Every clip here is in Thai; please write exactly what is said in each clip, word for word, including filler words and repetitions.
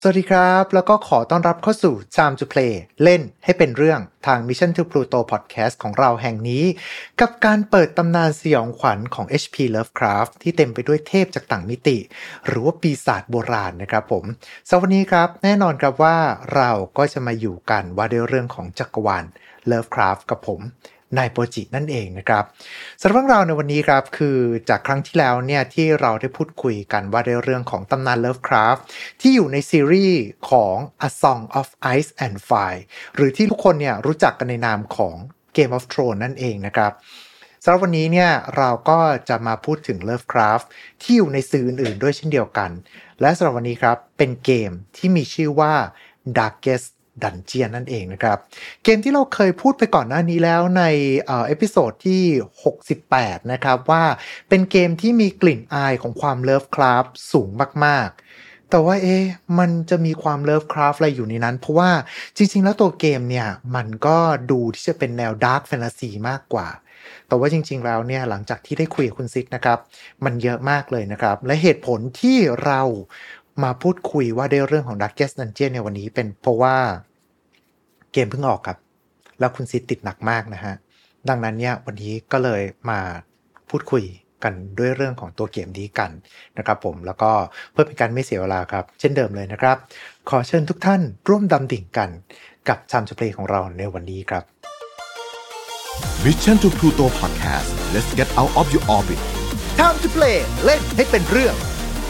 สวัสดีครับแล้วก็ขอต้อนรับเข้าสู่ Time to Play เล่นให้เป็นเรื่องทาง Mission to Pluto Podcast ของเราแห่งนี้กับการเปิดตำนานสยองขวัญของ เอช พี Lovecraft ที่เต็มไปด้วยเทพจากต่างมิติหรือว่าปีศาจโบราณนะครับผมสำหรับวันนี้ครับแน่นอนครับว่าเราก็จะมาอยู่กันว่าด้วยเรื่องของจักรวาล Lovecraft กับผมนายโปจินั่นเองนะครับสำหรับเรื่องราวในวันนี้ครับคือจากครั้งที่แล้วเนี่ยที่เราได้พูดคุยกันว่าในเรื่องของตำนาน Lovecraft ที่อยู่ในซีรีส์ของ A Song of Ice and Fire หรือที่ทุกคนเนี่ยรู้จักกันในนามของ Game of Thrones นั่นเองนะครับสำหรับวันนี้เนี่ยเราก็จะมาพูดถึง Lovecraft ที่อยู่ในสื่ออื่นๆด้วยเช่นเดียวกันและสำหรับวันนี้ครับเป็นเกมที่มีชื่อว่า Darkestดันเจียนนั่นเองนะครับเกมที่เราเคยพูดไปก่อนหน้านี้แล้วในเอ่อเอพิโซดที่หกสิบแปดนะครับว่าเป็นเกมที่มีกลิ่นอายของความเลิฟคราฟสูงมากๆแต่ว่าเอ๊ะมันจะมีความเลิฟคราฟอะไรอยู่ในนั้นเพราะว่าจริงๆแล้วตัวเกมเนี่ยมันก็ดูที่จะเป็นแนวดาร์กแฟนตาซีมากกว่าแต่ว่าจริงๆแล้วเนี่ยหลังจากที่ได้คุยกับคุณซิกนะครับมันเยอะมากเลยนะครับและเหตุผลที่เรามาพูดคุยว่าในเรื่องของ Darkest Dungeon ในวันนี้เป็นเพราะว่าเกมเพิ่งออกครับแล้วคุณซิดติดหนักมากนะฮะดังนั้นเนี่ยวันนี้ก็เลยมาพูดคุยกันด้วยเรื่องของตัวเกมนี้กันนะครับผมแล้วก็เพื่อเป็นการไม่เสียเวลาครับเช่นเดิมเลยนะครับขอเชิญทุกท่านร่วมดำดิ่งกันกับ Time to Play ของเราในวันนี้ครับ Mission to Pluto Podcast Let's get out of your orbit Time to Play เล่นให้เป็นเรื่อง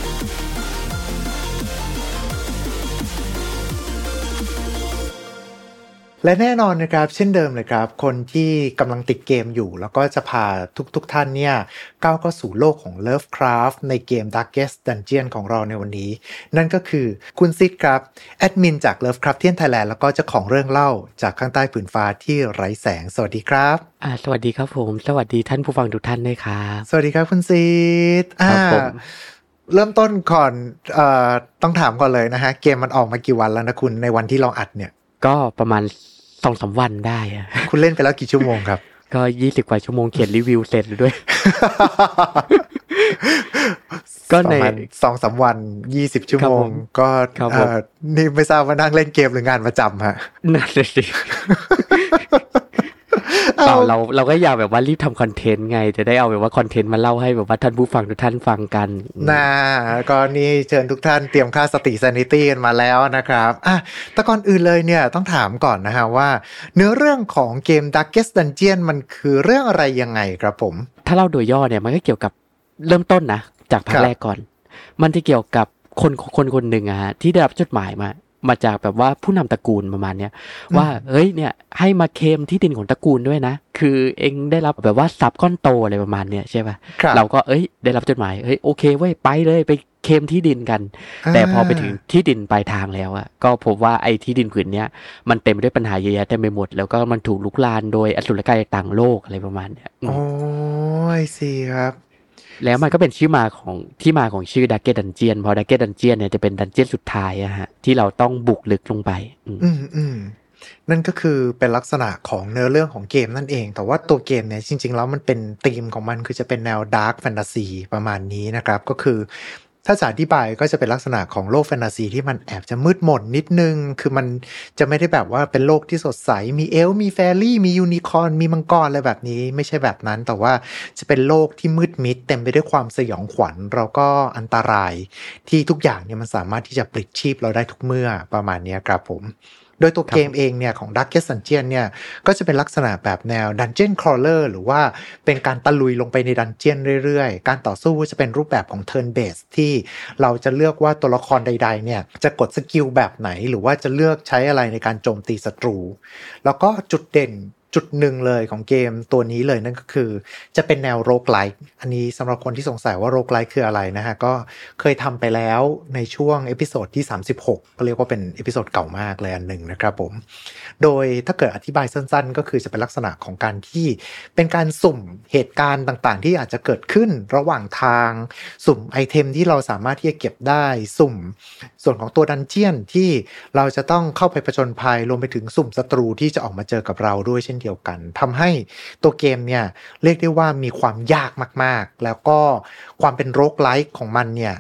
และแน่นอนนะครับเช่นเดิมเลยครับคนที่กำลังติดเกมอยู่แล้วก็จะพาทุกๆ ท่านเนี่ยก้าวเข้าสู่โลกของ Lovecraft ในเกม Darkest Dungeon ของเราในวันนี้นั่นก็คือคุณซิดครับแอดมินจาก Lovecraftian Thailand แล้วก็เจ้าของเรื่องเล่าจากข้างใต้ผืนฟ้าที่ไร้แสงสวัสดีครับอ่าสวัสดีครับผมสวัสดีท่านผู้ฟังทุกท่านด้วยครับสวัสดีครับคุณซิดครับผมเริ่มต้นก่อนเอ่อต้องถามก่อนเลยนะฮะเกมมันออกมากี่วันแล้วนะคุณในวันที่เราอัดเนี่ยก็ประมาณ สองสาม วันได้อะคุณเล่นไปแล้วกี่ชั่วโมงครับก็ยี่สิบกว่าชั่วโมงเขียนรีวิวเสร็จแล้วด้วยก็ใน สองสาม วันยี่สิบชั่วโมงก็เอ่อนี่ไม่ทราบว่านั่งเล่นเกมหรืองานประจำฮะนั่นสิเปล่าเราเราก็อยากแบบว่ารีบทำคอนเทนต์ไงจะได้เอาแบบว่าคอนเทนต์มาเล่าให้แบบว่าท่านผู้ฟังทุกท่านฟังกันนะก็นี่เชิญทุกท่านเตรียมค่าสติ sanity กันมาแล้วนะครับอ่ะแต่ก่อนอื่นเลยเนี่ยต้องถามก่อนนะฮะว่าเนื้อเรื่องของเกม Darkest Dungeon มันคือเรื่องอะไรยังไงครับผมถ้าเล่าโดยย่อเนี่ยมันก็เกี่ยวกับเริ่มต้นนะจากภาคแรกก่อนมันจะเกี่ยวกับคนคนคนหนึ่งอะฮะที่ได้รับจดหมายมามาจากแบบว่าผู้นำตระกูลประมาณเนี้ยว่าเฮ้ยเนี่ยให้มาเคลมที่ดินของตระกูลด้วยนะคือเองได้รับแบบว่าทรัพย์ก้อนโตอะไรประมาณเนี้ยใช่ป่ะเราก็เอ้ยได้รับจดหมายเฮ้ยโอเคเว้ยไปเลยไปเคลมที่ดินกันแต่พอไปถึงที่ดินปลายทางแล้วอะก็พบว่าไอ้ที่ดินผืนเนี้ยมันเต็มไปด้วยปัญหาเยอะแยะเต็มไปหมดแล้วก็มันถูกลุกลานโดยอสุรกายต่างโลกอะไรประมาณเนี้ยโอ้ยสิครับแล้วมันก็เป็นชื่อมาของที่มาของชื่อ Darkest Dungeon เพราะ Darkest Dungeon เนี่ยจะเป็นดันเจี้ยนสุดท้ายอะฮะที่เราต้องบุกลึกลงไปอืมอืมนั่นก็คือเป็นลักษณะของเนื้อเรื่องของเกมนั่นเองแต่ว่าตัวเกมเนี่ยจริงๆแล้วมันเป็นธีมของมันคือจะเป็นแนวดาร์กแฟนตาซีประมาณนี้นะครับก็คือถ้าจะอธิบายก็จะเป็นลักษณะของโลกแฟนตาซีที่มันแอบจะมืดมนนิดนึงคือมันจะไม่ได้แบบว่าเป็นโลกที่สดใสมีเอลฟ์มีแฟรี่มียูนิคอร์นมีมังกรอะไรแบบนี้ไม่ใช่แบบนั้นแต่ว่าจะเป็นโลกที่มืดมิดเต็มไปด้วยความสยองขวัญแล้วก็อันตรายที่ทุกอย่างเนี่ยมันสามารถที่จะปลิดชีพเราได้ทุกเมื่อประมาณนี้ครับผมโดยตัวเกมเองเนี่ยของ Darkest Dungeon เนี่ยก็จะเป็นลักษณะแบบแนว Dungeon Crawler หรือว่าเป็นการตะลุยลงไปในดันเจียนเรื่อยๆการต่อสู้จะเป็นรูปแบบของ Turn Based ที่เราจะเลือกว่าตัวละครใดๆเนี่ยจะกดสกิลแบบไหนหรือว่าจะเลือกใช้อะไรในการโจมตีศัตรูแล้วก็จุดเด่นจุดหนึ่งเลยของเกมตัวนี้เลยนั่นก็คือจะเป็นแนวโรคไลท์อันนี้สำหรับคนที่สงสัยว่าโรคไลท์คืออะไรนะฮะก็เคยทำไปแล้วในช่วงเอพิโซดที่สามสิบหกก็เรียกว่าเป็นเอพิโซดเก่ามากเลยอันหนึ่งนะครับผมโดยถ้าเกิดอธิบายสั้นๆก็คือจะเป็นลักษณะของการที่เป็นการสุ่มเหตุการณ์ต่างๆที่อาจจะเกิดขึ้นระหว่างทางสุ่มไอเทมที่เราสามารถที่จะเก็บได้สุ่มส่วนของตัวดันเจียนที่เราจะต้องเข้าไปผจญภัยรวมไปถึงสุ่มศัตรูที่จะออกมาเจอกับเราด้วยเช่นเดียวกันทำให้ตัวเกมเนี่ยเรียกได้ว่ามีความยากมากๆแล้วก็ความเป็นโรคไลท์ของมันเนี่ยจ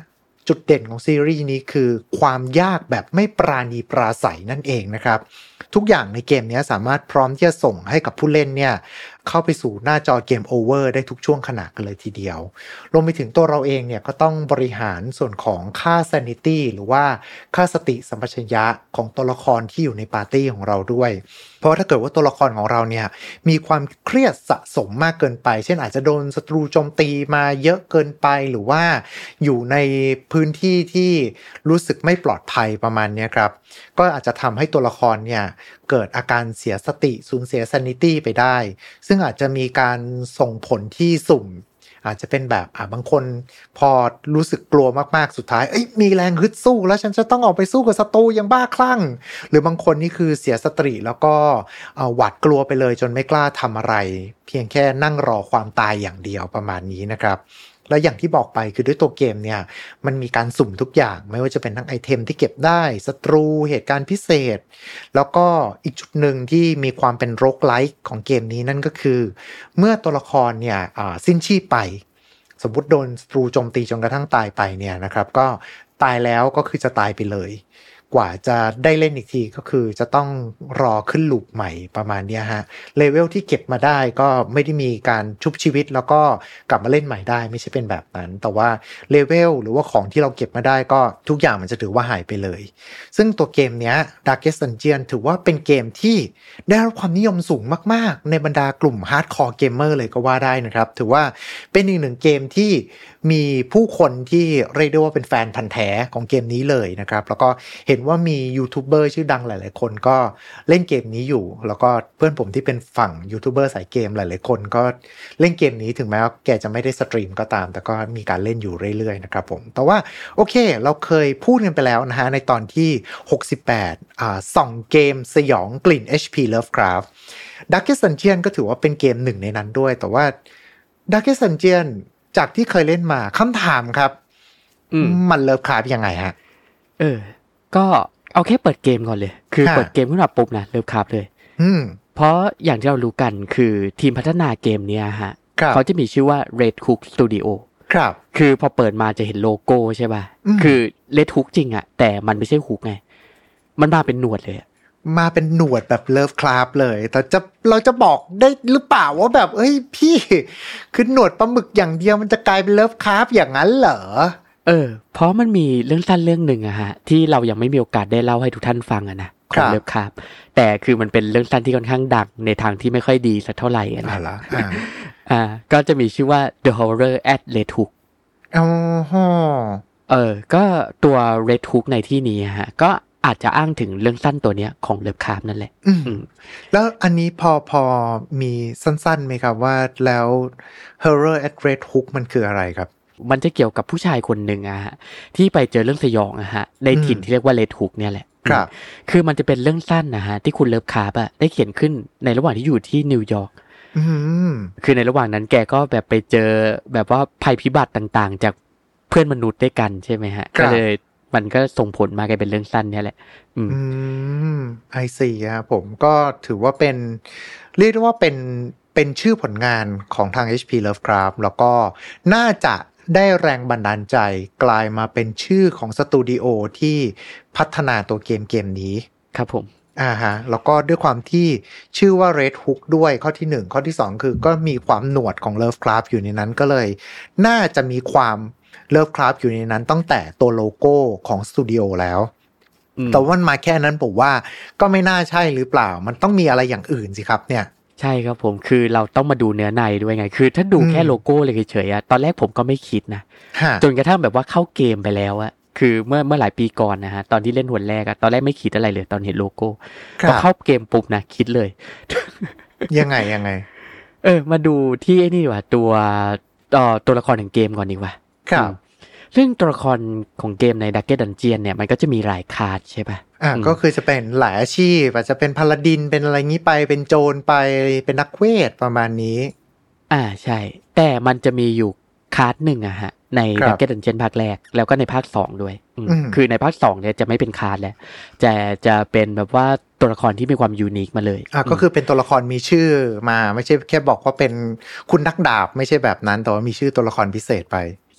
จุดเด่นของซีรีส์นี้คือความยากแบบไม่ปราณีปราศัยนั่นเองนะครับทุกอย่างในเกมนี้สามารถพร้อมที่จะส่งให้กับผู้เล่นเนี่ยเข้าไปสู่หน้าจอเกมโอเวอร์ได้ทุกช่วงขณะกันเลยทีเดียวรวมไปถึงตัวเราเองเนี่ยก็ต้องบริหารส่วนของค่า sanity หรือว่าค่าสติสัมปชัญญะของตัวละครที่อยู่ในปาร์ตี้ของเราด้วยเพราะถ้าเกิดว่าตัวละครของเราเนี่ยมีความเครียดสะสมมากเกินไปเช่นอาจจะโดนศัตรูโจมตีมาเยอะเกินไปหรือว่าอยู่ในพื้นที่ที่รู้สึกไม่ปลอดภัยประมาณนี้ครับก็อาจจะทำให้ตัวละครเนี่ยเกิดอาการเสียสติสูญเสีย sanity ไปได้ซึ่งอาจจะมีการส่งผลที่สุ่มอาจจะเป็นแบบอ่ะบางคนพอรู้สึกกลัวมากๆสุดท้ายเอ้ยมีแรงฮึดสู้แล้วฉันจะต้องออกไปสู้กับศัตรูอย่างบ้าคลั่งหรือบางคนนี่คือเสียสติแล้วก็หวาดกลัวไปเลยจนไม่กล้าทำอะไรเพียงแค่นั่งรอความตายอย่างเดียวประมาณนี้นะครับแล้วอย่างที่บอกไปคือด้วยตัวเกมเนี่ยมันมีการสุ่มทุกอย่างไม่ว่าจะเป็นทั้งไอเทมที่เก็บได้ศัตรูเหตุการณ์พิเศษแล้วก็อีกจุดหนึ่งที่มีความเป็นโรคไลท์ของเกมนี้นั่นก็คือเมื่อตัวละครเนี่ยสิ้นชีพไปสมมุติโดนศัตรูโจมตีจนกระทั่งตายไปเนี่ยนะครับก็ตายแล้วก็คือจะตายไปเลยกว่าจะได้เล่นอีกทีก็คือจะต้องรอขึ้นลูปใหม่ประมาณนี้ฮะเลเวลที่เก็บมาได้ก็ไม่ได้มีการชุบชีวิตแล้วก็กลับมาเล่นใหม่ได้ไม่ใช่เป็นแบบนั้นแต่ว่าเลเวลหรือว่าของที่เราเก็บมาได้ก็ทุกอย่างมันจะถือว่าหายไปเลยซึ่งตัวเกมเนี้ย Darkest Dungeon ถือว่าเป็นเกมที่ได้รับความนิยมสูงมากๆในบรรดากลุ่มฮาร์ดคอร์เกมเมอร์เลยก็ว่าได้นะครับถือว่าเป็นอีกหนึ่งเกมที่มีผู้คนที่เรียกได้ว่าเป็นแฟนพันธุ์แท้ของเกมนี้เลยนะครับแล้วก็เห็นว่ามียูทูบเบอร์ชื่อดังหลายๆคนก็เล่นเกมนี้อยู่แล้วก็เพื่อนผมที่เป็นฝั่งยูทูบเบอร์สายเกมหลายๆคนก็เล่นเกมนี้ถึงแม้ว่าแกจะไม่ได้สตรีมก็ตามแต่ก็มีการเล่นอยู่เรื่อยๆนะครับผมแต่ว่าโอเคเราเคยพูดกันไปแล้วนะฮะในตอนที่หกสิบแปดอ่าส่องเกมสยองกลิ่น เอช พี Lovecraft Darkest Dungeon ก็ถือว่าเป็นเกมหนึ่งในนั้นด้วยแต่ว่า Darkest Dungeon จากที่เคยเล่นมาคำถามครับมันเลิฟคราฟยังไงฮะเออก็เอาแค่เปิดเกมก่อนเลยคือเปิดเกมขึ้นมาปุ๊บนะเลิฟคราฟเลยเพราะอย่างที่เรารู้กันคือทีมพัฒนาเกมเนี้ยฮะเขาจะมีชื่อว่า Red Hook Studio ครับคือพอเปิดมาจะเห็นโลโก้ใช่ป่ะคือ Red Hook จริงอะแต่มันไม่ใช่ฮุกไงมันมาเป็นหนวดเลยมาเป็นหนวดแบบเลิฟคราฟเลยแต่จะเราจะบอกได้หรือเปล่าว่าแบบเอ้ยพี่คือหนวดปลาหมึกอย่างเดียวมันจะกลายเป็นเลิฟคราฟอย่างนั้นเหรอเออเพราะมันมีเรื่องสั้นเรื่องหนึ่งอะฮะที่เรายังไม่มีโอกาสได้เล่าให้ทุกท่านฟังอะนะของเลิฟคราฟแต่คือมันเป็นเรื่องสั้นที่ค่อนข้างดังในทางที่ไม่ค่อยดีสักเท่าไหร่อะนะอ่าอ่าก็จะมีชื่อว่า The Horror at Red Hook อ๋อเออก็ตัว Red Hook ในที่นี้ฮะก็อาจจะอ้างถึงเรื่องสั้นตัวเนี้ยของเลิฟคราฟนั่นแหละแล้วอันนี้พอพอมีสั้นๆไหมครับว่าแล้ว Horror at Red Hook มันคืออะไรครับมันจะเกี่ยวกับผู้ชายคนหนึ่งอะฮะที่ไปเจอเรื่องสยองอะฮะในถิ่นที่เรียกว่า Red Hook เนี่ยแหละครับคือมันจะเป็นเรื่องสั้นนะฮะที่คุณเลิฟคราฟอะได้เขียนขึ้นในระหว่างที่อยู่ที่นิวยอร์กคือในระหว่างนั้นแกก็แบบไปเจอแบบว่าภัยพิบัติต่างๆจากเพื่อนมนุษย์ด้วยกันใช่ไหมฮะก็เลยมันก็ส่งผลมากลายเป็นเรื่องสั้นเนี่ยแหละอืมไอซีครับผมก็ถือว่าเป็นเรียกได้ว่าเป็นเป็นชื่อผลงานของทาง เอช พี Lovecraft แล้วก็น่าจะได้แรงบันดาลใจกลายมาเป็นชื่อของสตูดิโอที่พัฒนาตัวเกมเกมนี้ครับผมอ่าฮะแล้วก็ด้วยความที่ชื่อว่า Red Hook ด้วยข้อที่หนึ่งข้อที่สองคือก็มีความหนวดของ Lovecraft อยู่ในนั้นก็เลยน่าจะมีความLovecraft อยู่ในนั้นตั้งแต่ตัวโลโก้ของสตูดิโอแล้วแต่ว่ามันมาแค่นั้นผมว่าก็ไม่น่าใช่หรือเปล่ามันต้องมีอะไรอย่างอื่นสิครับเนี่ยใช่ครับผมคือเราต้องมาดูเนื้อในด้วยไงคือถ้าดูแค่โลโก้เลยเฉยๆอะตอนแรกผมก็ไม่คิดนะจนกระทั่งแบบว่าเข้าเกมไปแล้วอะคือเมื่อเมื่อหลายปีก่อนนะฮะตอนที่เล่นหัวแรกอะตอนแรกไม่คิดอะไรเลยตอนเห็นโลโก้พอเข้าเกมปุ๊บนะคิดเลยยังไงยังไงเออมาดูที่ไอ้นี่ดีกว่าตัวต่อตัวละครของเกมก่อนดีกว่าครับซึ่งตัวละครของเกมใน Darkest Dungeon เนี่ยมันก็จะมีหลายคลาสใช่ป่ะอ่าก็คือจะเป็นหลายอาชีพอาจจะเป็นพาลาดินเป็นอะไรงี้ไปเป็นโจรไปเป็นนักเวทประมาณนี้อ่าใช่แต่มันจะมีอยู่คลาสหนึ่งอะฮะใน Darkest Dungeon ภาคแรกแล้วก็ในภาคสองด้วยคือในภาคสองเนี่ยจะไม่เป็นคลาสแล้วจะจะเป็นแบบว่าตัวละครที่มีความยูนิคมาเลยอ่าก็คือเป็นตัวละครมีชื่อมาไม่ใช่แค่บอกว่าเป็นคุณนักดาบไม่ใช่แบบนั้นแต่ว่ามีชื่อตัวละครพิเศษไป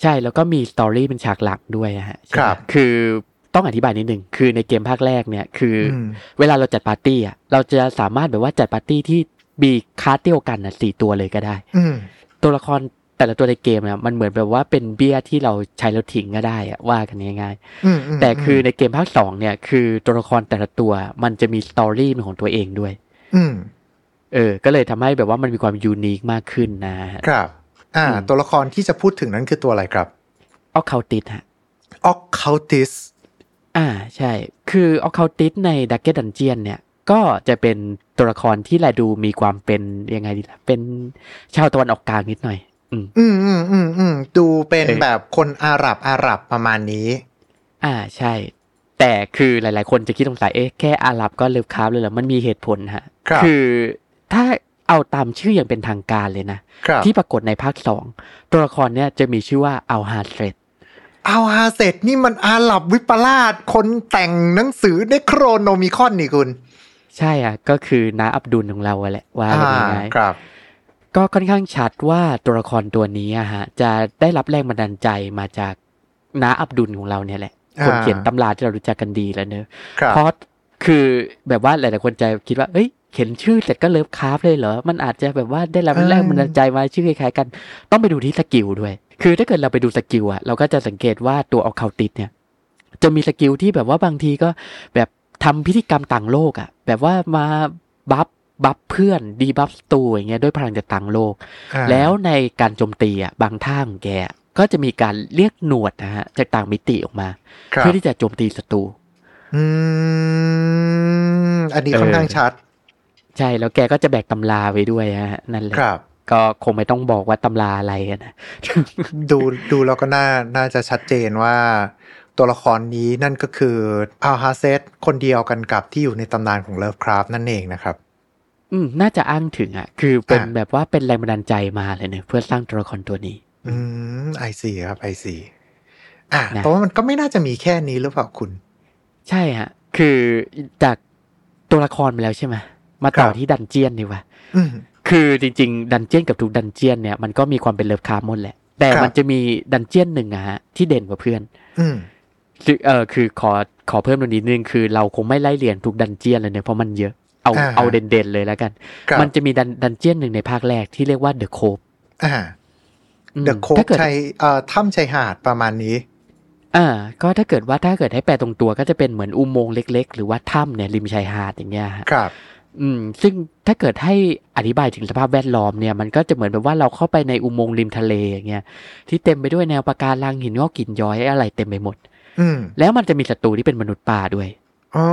ใช่แล้วก็มีสตอรี่เป็นฉากหลักด้วยฮะครับคือต้องอธิบายนิดนึงคือในเกมภาคแรกเนี่ยคือเวลาเราจัดปาร์ตี้อ่ะเราจะสามารถแบบว่าจัดปาร์ตี้ที่มีคาร์ดเดียวกันนะสี่ตัวเลยก็ได้ตัวละครแต่ละตัวในเกมเนี่ยมันเหมือนแบบว่าเป็นเบี้ยที่เราใช้แล้วทิ้งก็ได้อะว่ากันง่ายๆแต่คือในเกมภาคสองเนี่ยคือตัวละครแต่ละตัวมันจะมีสตอรี่เป็นของตัวเองด้วยเออก็เลยทำให้แบบว่ามันมีความยูนิคมากขึ้นนะครับอ่าตัวละครที่จะพูดถึงนั้นคือตัวอะไรครับออคคัลติสฮะออคคัลติสอ่าใช่คือออคคัลติสในดักเก็ตดันเจียนเนี่ยก็จะเป็นตัวละครที่แลดูมีความเป็นยังไงดีล่ะเป็นชาวตะวันออกกลางนิดหน่อยอืมอืมอืมอืมอืมดูเป็นแบบคนอาหรับอาหรับประมาณนี้อ่าใช่แต่คือหลายๆคนจะคิดสงสัยเอ๊ะแค่อาหรับก็เลิฟคราฟเลยเหรอมันมีเหตุผลฮะคือถ้าเอาตามชื่ออย่างเป็นทางการเลยนะที่ปรากฏในภาคสองตัวละครเนี่ยจะมีชื่อว่าอัลฮาเซตอัลฮาเซตนี่มันอาหรับวิปลาสคนแต่งหนังสือเนโครโนมิคอนนี่คุณใช่อ่ะก็คือน้าอับดุลของเราแหละว่าง่ายๆครับก็ค่อนข้างชัดว่าตัวละครตัวนี้อะฮะจะได้รับแรงบันดาลใจมาจากน้าอับดุลของเราเนี่ยแหละคนเขียนตำราที่เรารู้จักกันดีแล้วเนอะเพราะคือแบบว่าหลายๆคนจะคิดว่าเอ้ยเขียนชื่อเสร็จก็เลิฟคราฟเลยเหรอมันอาจจะแบบว่าได้รับแรงบันดาลใจมาชื่อคล้ายๆกันต้องไปดูที่สกิลด้วยคือถ้าเกิดเราไปดูสกิลอะเราก็จะสังเกตว่าตัวออคคัลติสเนี่ยจะมีสกิลที่แบบว่าบางทีก็แบบทำพิธีกรรมต่างโลกอะแบบว่ามาบัฟบัฟเพื่อนดีบัฟสตูอย่างเงี้ยด้วยพลังจากต่างโลกแล้วในการโจมตีอะบางท่าของแกก็จะมีการเรียกหนวดนะฮะจากต่างมิติออกมาเพื่อที่จะโจมตีศัตรูอืมอันนี้ค่อนข้างชัดใช่แล้วแกก็จะแบกตำราไว้ด้วยฮะนั่นแหละก็คงไม่ต้องบอกว่าตำราอะไรนะดูดูแล้วก็น่าน่าจะชัดเจนว่าตัวละครนี้นั่นก็คืออัลฮาเซตคนเดียวกันกับที่อยู่ในตำนานของเลิฟคราฟนั่นเองนะครับอืมน่าจะอ้างถึงอ่ะคือเป็นแบบว่าเป็นแรงบันดาลใจมาเลยเนี่ยเพื่อสร้างตัวละครตัวนี้อืมไอซีครับไอซีอ่ะแต่ว่ามันก็ไม่น่าจะมีแค่นี้หรือเปล่าคุณใช่ฮะคือจากตัวละครไปแล้วใช่ไหมมาต่อที่ดันเจียนดีกว่าคือจริงๆดันเจียนกับทุกดันเจียนเนี่ยมันก็มีความเป็นเลิฟคราฟหมดแหละแต่มันจะมีดันเจียนหนึ่งอะฮะที่เด่นกว่าเพื่อนคือเออคือขอขอเพิ่มตรงนี้นึงคือเราคงไม่ไล่เรียงทุกดันเจียนเลยเนี่ยเพราะมันเยอะเอาเอาเด่นๆเลยแล้วกันมันจะมีดันดันเจียนหนึ่งในภาคแรกที่เรียกว่าเดอะโคบเดอะโคบชายเอ่อถ้ำชายหาดประมาณนี้อ่าก็ถ้าเกิดว่าถ้าเกิดให้แปลตรงตัวก็จะเป็นเหมือนอุโมงค์เล็กๆหรือว่าถ้ำเนี่ยริมชายหาดอย่างเงี้ยครับอืมซึ่งถ้าเกิดให้อธิบายถึงสภาพแวดล้อมเนี่ยมันก็จะเหมือนแบบว่าเราเข้าไปในอุโมงค์ริมทะเลอย่างเงี้ยที่เต็มไปด้วยแนวปะการังหินงอกหินย้อยอะไรเต็มไปหมดอืมแล้วมันจะมีศัตรูที่เป็นมนุษย์ป่าด้วยอ๋อ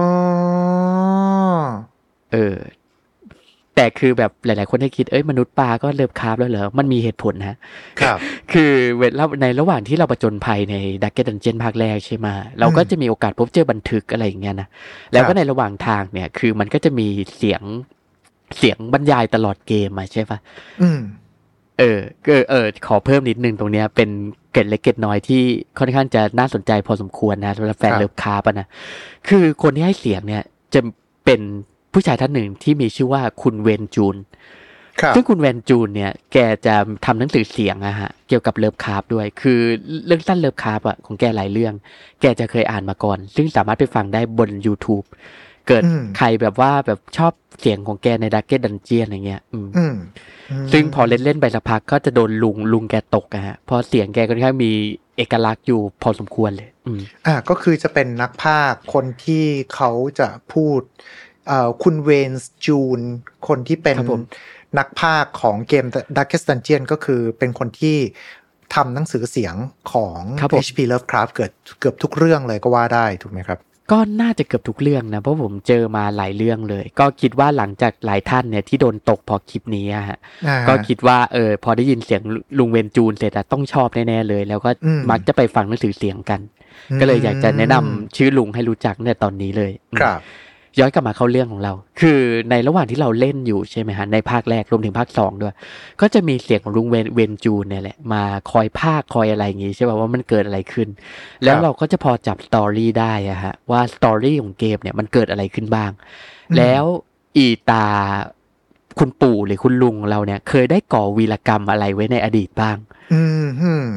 เออแต่คือแบบหลายๆคนให้คิดเอ้ยมนุษย์ป่าก็เลิฟคราฟแล้วเหรอมันมีเหตุผลนะครับคือเวลาในระหว่างที่เราประจนภัยในดักเก็ตดันเจียนภาคแรกใช่ไหมเราก็จะมีโอกาสพบเจอบันทึกอะไรอย่างเงี้ยนะแล้วก็ในระหว่างทางเนี่ยคือมันก็จะมีเสียงเสียงบรรยายตลอดเกมมาใช่ปะอืมเออเออเออขอเพิ่มนิดนึงตรงเนี้ยเป็นเกร็ดเล็กเกร็ดน้อยที่ค่อนข้างจะน่าสนใจพอสมควรนะสำหรับแฟนเลิฟคราฟนะคือคนที่ให้เสียงเนี่ยจะเป็นผู้ชายท่านหนึ่งที่มีชื่อว่าคุณเวนจูนซึ่งคุณเวนจูนเนี่ยแกจะทำหนังสือเสียงอะฮะเกี่ยวกับเลิฟคราฟด้วยคือเรื่องสั้นเลิฟคราฟอะของแกหลายเรื่องแกจะเคยอ่านมาก่อนซึ่งสามารถไปฟังได้บน YouTube เกิดใครแบบว่าแบบชอบเสียงของแกในดักเก็ตดันเจียนอย่างเงี้ยอืมซึ่งพอเล่นเล่นไปสักพักก็จะโดนลุงลุงแกตกอะฮะพอเสียงแกก็ค่อนข้างมีเอกลักษณ์อยู่พอสมควรเลยอืมอ่าก็คือจะเป็นนักพากย์คนที่เขาจะพูดเอ่อคุณเวนส์จูนคนที่เป็นนักพากย์ของเกม Darkest Dungeon ก็คือเป็นคนที่ทำหนังสือเสียงของ เอช พี Lovecraft เกิดเกือบทุกเรื่องเลยก็ว่าได้ถูกไหมครับก็น่าจะเกือบทุกเรื่องนะเพราะผมเจอมาหลายเรื่องเลยก็คิดว่าหลังจากหลายท่านเนี่ยที่โดนตกพอคลิปนี้ฮะก็คิดว่าเออพอได้ยินเสียงลุงเวนจูนเสร็จต้องชอบแน่ๆเลยแล้วก็มักจะไปฟังหนังสือเสียงกันก็เลยอยากจะแนะนำชื่อลุงให้รู้จักในตอนนี้เลยครับย้อนกลับมาเข้าเรื่องของเราคือในระหว่างที่เราเล่นอยู่ใช่ไหมฮะในภาคแรกรวมถึงภาคสองด้วยก็จะมีเสียงของลุงเวนเวนจูนเนี่ยแหละมาคอยพากคอยอะไรอย่างงี้ใช่ป่ะว่ามันเกิดอะไรขึ้นแล้วเราก็จะพอจับสตอรี่ได้อะฮะว่าสตอรี่ของเกมเนี่ยมันเกิดอะไรขึ้นบ้างแล้วอีตาคุณปู่หรือคุณลุงเราเนี่ยเคยได้ก่อวีรกรรมอะไรไว้ในอดีตบ้างอืม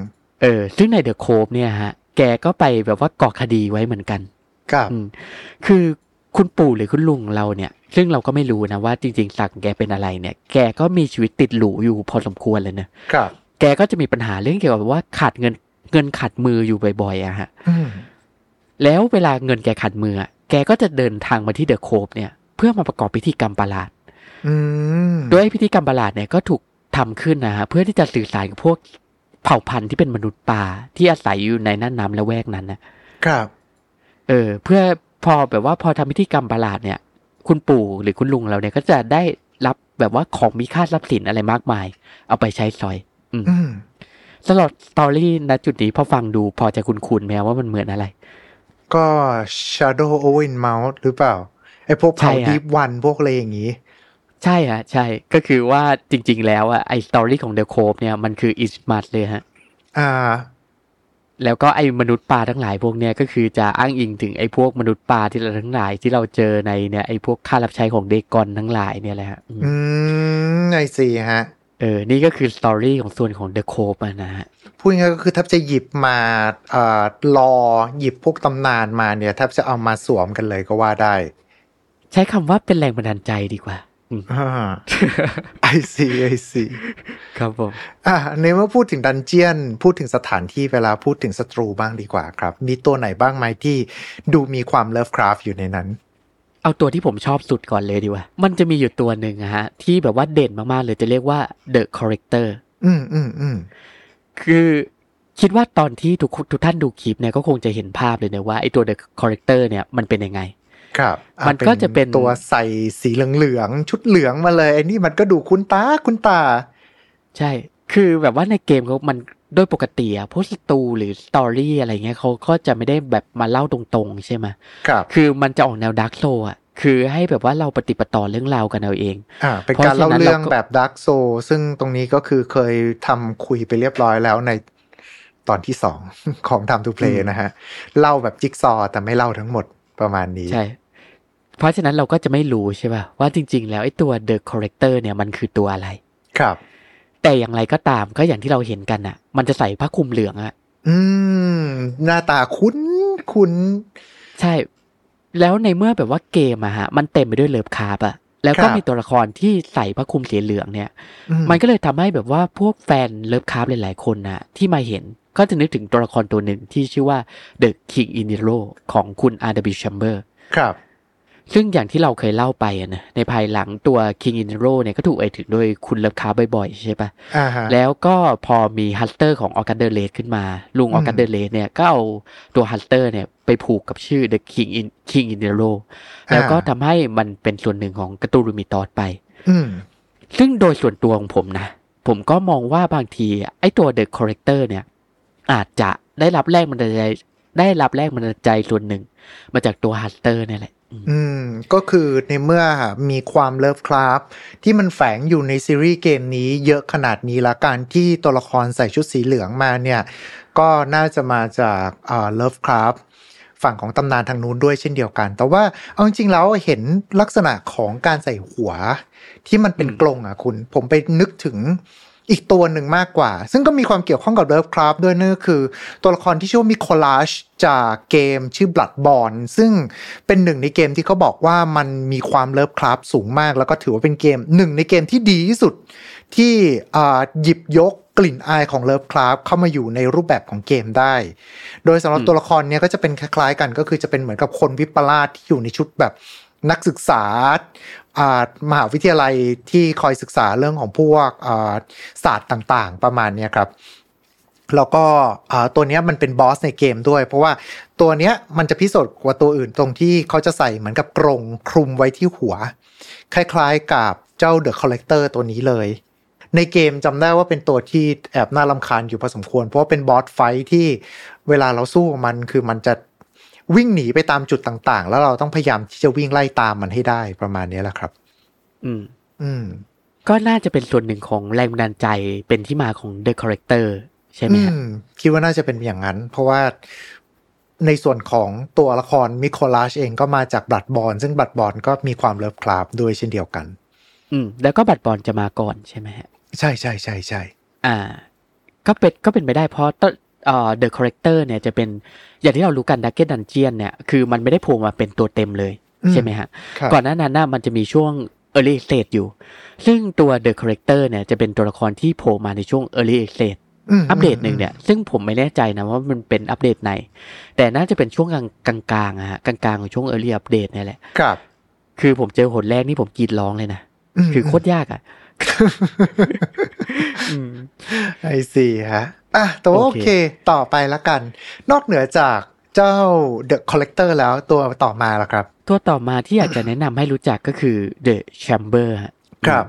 เออซึ่งในเดอะโคฟเนี่ยฮะแกก็ไปแบบว่าก่อคดีไว้เหมือนกันครับคือคุณปู่หรือคุณลุงเราเนี่ยซึ่งเราก็ไม่รู้นะว่าจริงๆสักแกเป็นอะไรเนี่ยแกก็มีชีวิตติดหรูอยู่พอสมควรเลยนะครับแกก็จะมีปัญหาเรื่องเกี่ยวกับว่าขาดเงินเงินขาดมืออยู่บ่อยๆอะฮะแล้วเวลาเงินแกขาดมือแกก็จะเดินทางมาที่เดอะโคฟเนี่ยเพื่อมาประกอบพิธีกรรมประหลาดโดยพิธีกรรมประหลาดเนี่ยก็ถูกทำขึ้นนะฮะเพื่อที่จะสื่อสารกับพวกเผ่าพันธุ์ที่เป็นมนุษย์ป่าที่อาศัยอยู่ในน่านน้ำละแวกนั้นนะครับเออเพื่อพอแบบว่าพอทำพิธีกรรมประหลาดเนี่ยคุณปู่หรือคุณลุงเราเนี่ยก็จะได้รับแบบว่าของมีค่าทรัพย์สินอะไรมากมายเอาไปใช้สอยอืมสำหรับสตอรี่ณจุดนี้พอฟังดูพอจะคุ้นๆไหมว่ามันเหมือนอะไรก็ Shadow over Inmouth หรือเปล่าไอ้พวกเผ่า Deep One พวกอะไรอย่างงี้ใช่ฮะใช่ก็คือว่าจริงๆแล้วอะไอ้สตอรี่ของ The Cove เนี่ยมันคืออิสมาร์เลยฮะอ่าแล้วก็ไอ้มนุษย์ป่าทั้งหลายพวกเนี้ยก็คือจะอ้างอิงถึงไอ้พวกมนุษย์ป่าที่เราทั้งหลายที่เราเจอในเนี่ยไอ้พวกข้ารับใช้ของเดกอนทั้งหลายเนี่ยแหละฮะอืมไอซีฮะเออนี่ก็คือสตอรี่ของส่วนของ The Cove นะฮะพูดง่ายๆก็คือถ้าจะหยิบมาเอ่อรอหยิบพวกตำนานมาเนี่ยถ้าจะเอามาสวมกันเลยก็ว่าได้ใช้คำว่าเป็นแรงบันดาลใจดีกว่าอ่าไอซีไอซีครับผมอ่าในเมื่อพูดถึงดันเจียนพูดถึงสถานที่เวลาพูดถึงศัตรูบ้างดีกว่าครับมีตัวไหนบ้างไหมที่ดูมีความเลิฟคราฟอยู่ในนั้นเอาตัวที่ผมชอบสุดก่อนเลยดีกว่ามันจะมีอยู่ตัวหนึ่งฮะที่แบบว่าเด่นมากๆเลยจะเรียกว่า The Corrector อืมอืมอืมคือคิดว่าตอนที่ทุกทุกท่านดูคลิปเนี่ยก็คงจะเห็นภาพเลยนะว่าไอ้ตัว The Corrector เนี่ยมันเป็นยังไงครับมันก็จะเป็นตัวใส่สีเหลืองๆชุดเหลืองมาเลยไอ้นี่มันก็ดูคุ้นตาคุ้นตาใช่คือแบบว่าในเกมเขามันโดยปกติอะพวกสตูหรือสตอรี่อะไรเงี้ยเขาก็จะไม่ได้แบบมาเล่าตรงๆใช่ไหมครับคือมันจะออกแนวดาร์กโซอะคือให้แบบว่าเราปฏิปต่อเรื่องราวกันเอาเองอ่าเป็นการเล่าเรื่องแบบดาร์กโซซึ่งตรงนี้ก็คือเคยทำคุยไปเรียบร้อยแล้วในตอนที่สองของ Time to Play นะฮะเล่าแบบจิ๊กซอว์แต่ไม่เล่าทั้งหมดประมาณนี้ใช่เพราะฉะนั้นเราก็จะไม่รู้ใช่ป่ะว่าจริงๆแล้วไอ้ตัว The Corrector เนี่ยมันคือตัวอะไรครับแต่อย่างไรก็ตามก็อย่างที่เราเห็นกันน่ะมันจะใส่ผ้าคลุมเหลืองอะอืมหน้าตาคุ้นคุ้นใช่แล้วในเมื่อแบบว่าเกมอะฮะมันเต็มไปด้วยเลิฟคราฟอะแล้วก็มีตัวละครที่ใส่ผ้าคลุมสีเหลืองเนี่ยมันก็เลยทำให้แบบว่าพวกแฟนเลิฟคราฟหลายๆคนน่ะที่มาเห็นก็จะนึกถึงตัวละครตัวหนึ่งที่ชื่อว่า The King in Nero ของคุณ อาร์ ดับเบิลยู Chamber ครับซึ่งอย่างที่เราเคยเล่าไปนะในภายหลังตัว King in Nero เนี่ยก็ถูกเอ่ยถึงโดยคุณเลิฟคราฟบ่อยๆใช่ปะ uh-huh. แล้วก็พอมีฮัสเตอร์ของออกัสเดอร์เลสขึ้นมาลุงออกัสเดอร์เลสเนี่ยก็เอาตัวฮัสเตอร์เนี่ยไปผูกกับชื่อ The King in King in Nero แล้วก็ทำให้มันเป็นส่วนหนึ่งของการ์ตูนรูมิตอสไปซึ่งโดยส่วนตัวของผมนะผมก็มองว่าบางทีไอ้ตัว The Corrector เนี่ยอาจจะได้รับแรงบันดาลใจได้รับแรงบันดาลใจส่วนหนึ่งมาจากตัวฮัสเตอร์นี่แหละอืมก็คือในเมื่อมีความเลิฟคราฟที่มันแฝงอยู่ในซีรีส์เกมนี้เยอะขนาดนี้แล้วการที่ตัวละครใส่ชุดสีเหลืองมาเนี่ยก็น่าจะมาจากอ่าเลิฟคราฟฝั่งของตำนานทางนู้นด้วยเช่นเดียวกันแต่ว่าเอาจริงๆแล้วเห็นลักษณะของการใส่หัวที่มันเป็นกลงอ่ะคุณผมไปนึกถึงอีกตัวหนึ่งมากกว่าซึ่งก็มีความเกี่ยวข้องกับ Lovecraft ด้วยนั่นก็คือตัวละครที่ชื่อว่ามิโคลัสจากเกมชื่อ Bloodborne ซึ่งเป็นหนึ่งในเกมที่เขาบอกว่ามันมีความ Lovecraft สูงมากแล้วก็ถือว่าเป็นเกมหนึ่งในเกมที่ดีที่สุดที่หยิบยกกลิ่นอายของ Lovecraft เข้ามาอยู่ในรูปแบบของเกมได้โดยสำหรับตัวละครเนี้ยก็จะเป็นคล้ายๆกันก็คือจะเป็นเหมือนกับคนวิปลาสที่อยู่ในชุดแบบนักศึกษามหาวิทยาลัยที่คอยศึกษาเรื่องของพวกศาสตร์ต่างๆประมาณนี้ครับแล้วก็ตัวนี้มันเป็นบอสในเกมด้วยเพราะว่าตัวเนี้ยมันจะพิเศษกว่าตัวอื่นตรงที่เขาจะใส่เหมือนกับกรงคลุมไว้ที่หัวคล้ายๆกับเจ้า The Collector ตัวนี้เลยในเกมจำได้ว่าเป็นตัวที่แอบน่ารำคาญอยู่พอสมควรเพราะว่าเป็นบอสไฟท์ที่เวลาเราสู้มันคือมันจะวิ่งหนีไปตามจุดต่างๆแล้วเราต้องพยายามที่จะวิ่งไล่ตามมันให้ได้ประมาณนี้แหละครับอืมอืมก็น่าจะเป็นส่วนหนึ่งของแรงบันดาลใจเป็นที่มาของ The Corrector ใช่ไหมครับคิดว่าน่าจะเป็นอย่างนั้นเพราะว่าในส่วนของตัวละครมิโคลัสเองก็มาจาก Bloodborne ซึ่ง Bloodborne ก็มีความเลิฟคราฟด้วยเช่นเดียวกันอืมแล้วก็ Bloodborne จะมาก่อนใช่ไหมฮะใช่ๆๆๆอ่าก็เป็นก็เป็นไปได้เพราะเอ่อ The Character เนี่ยจะเป็นอย่างที่เรารู้กัน Darkest Dungeon เนี่ยคือมันไม่ได้โผล่มาเป็นตัวเต็มเลยใช่ไหมฮะก่อนหน้านั้นน่ะมันจะมีช่วง Early Access อยู่ซึ่งตัว The Character เนี่ยจะเป็นตัวละครที่โผล่มาในช่วง Early Access อัปเดตหนึ่งเนี่ยซึ่งผมไม่แน่ใจนะว่ามันเป็นอัปเดตไหนแต่น่าจะเป็นช่วงกลางๆอะฮะกลางๆของช่วง Early Update นี่แหละครับคือผมเจอหนแรกนี่ผมกรีดร้องเลยนะคือโคตรยากอ่ะไอซีฮะอ่ะแต่ว่าโอเคต่อไปละกันนอกเหนือจากเจ้า The Collector แล้วตัวต่อมาล่ะครับตัวต่อมาที่อยากจะแนะนำให้รู้จักก็คือ The Chamber ครับ